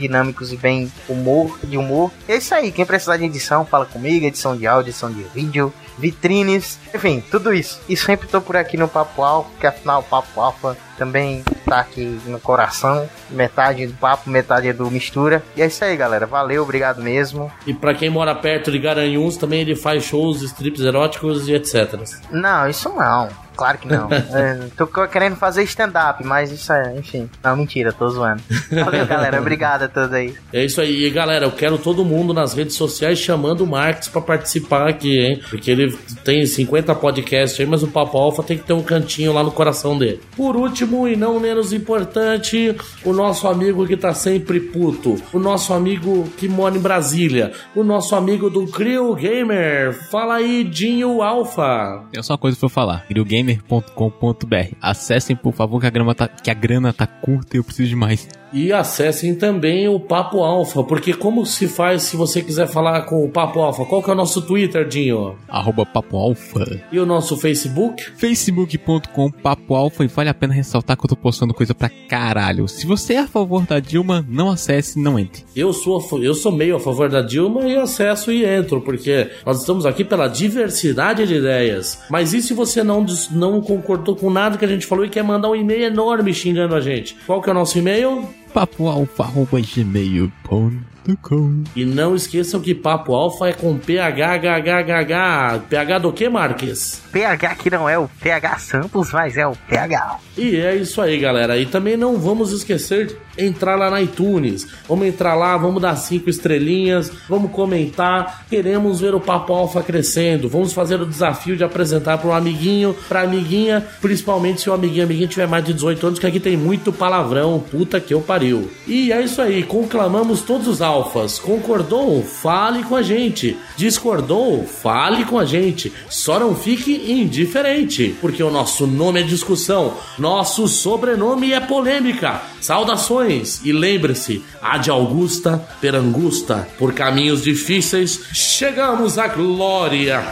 D: e bem humor, de humor. É isso aí, quem precisar de edição, fala comigo, edição de áudio, edição de vídeo, vitrines, enfim, tudo isso. E sempre tô por aqui no Papo Alfa, que afinal o Papo Alfa também tá aqui no coração, metade do papo, metade é do mistura. E é isso aí, galera, valeu, obrigado mesmo.
B: E pra quem mora perto de Garanhuns, também ele faz shows, strips eróticos e etcétera.
D: Não, isso não. Claro que não. é, tô querendo fazer stand-up, mas isso é, enfim. Não, mentira, tô zoando. Valeu, galera. Obrigado a todos aí.
B: É isso aí. E, galera, eu quero todo mundo nas redes sociais chamando o Marques pra participar aqui, hein? Porque ele tem cinquenta podcasts aí, mas o Papo Alfa tem que ter um cantinho lá no coração dele. Por último, e não menos importante, o nosso amigo que tá sempre puto. O nosso amigo que mora em Brasília. O nosso amigo do Crio Gamer. Fala aí, Dinho Alfa.
G: Tem só uma coisa pra eu falar. Crio Gamer ponto com ponto b r. Acessem, por favor, que a, grama tá, que a grana tá curta e eu preciso de mais.
B: E acessem também o Papo Alfa, porque como se faz se você quiser falar com o Papo Alfa? Qual que é o nosso Twitter, Dinho?
G: Arroba Papo Alfa.
B: E o nosso Facebook?
G: facebook ponto com Papo Alfa. E vale a pena ressaltar que eu tô postando coisa pra caralho. Se você é a favor da Dilma, não acesse, não entre.
B: Eu sou, eu sou meio a favor da Dilma e acesso e entro, porque nós estamos aqui pela diversidade de ideias. Mas e se você não, não concordou com nada que a gente falou e quer mandar um e-mail enorme xingando a gente? Qual que é o nosso e-mail?
G: papo alfa arroba gmail ponto com.
B: E não esqueçam que Papo Alfa é com P H H H H H. P H do que, Marques?
D: P H que não é o P H Santos, mas é o P H.
B: E é isso aí, galera. E também não vamos esquecer de entrar lá na iTunes. Vamos entrar lá, vamos dar cinco estrelinhas, vamos comentar. Queremos ver o Papo Alfa crescendo. Vamos fazer o desafio de apresentar para um amiguinho, pra amiguinha, principalmente se o amiguinho amiguinha tiver mais de dezoito anos, que aqui tem muito palavrão. Puta que eu pariu. E é isso aí. Conclamamos todos os alfas. Concordou? Fale com a gente. Discordou? Fale com a gente. Só não fique indiferente, porque o nosso nome é discussão, nosso sobrenome é polêmica. Saudações e lembre-se, ad Augusta per Angusta, por caminhos difíceis chegamos à glória.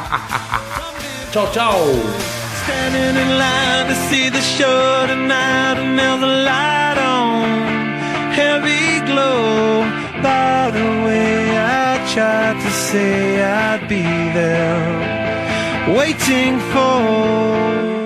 B: Tchau, tchau.
H: Standing in line to see the show tonight, and there's a light on, heavy glow. By the way, I tried to say I'd be there, waiting for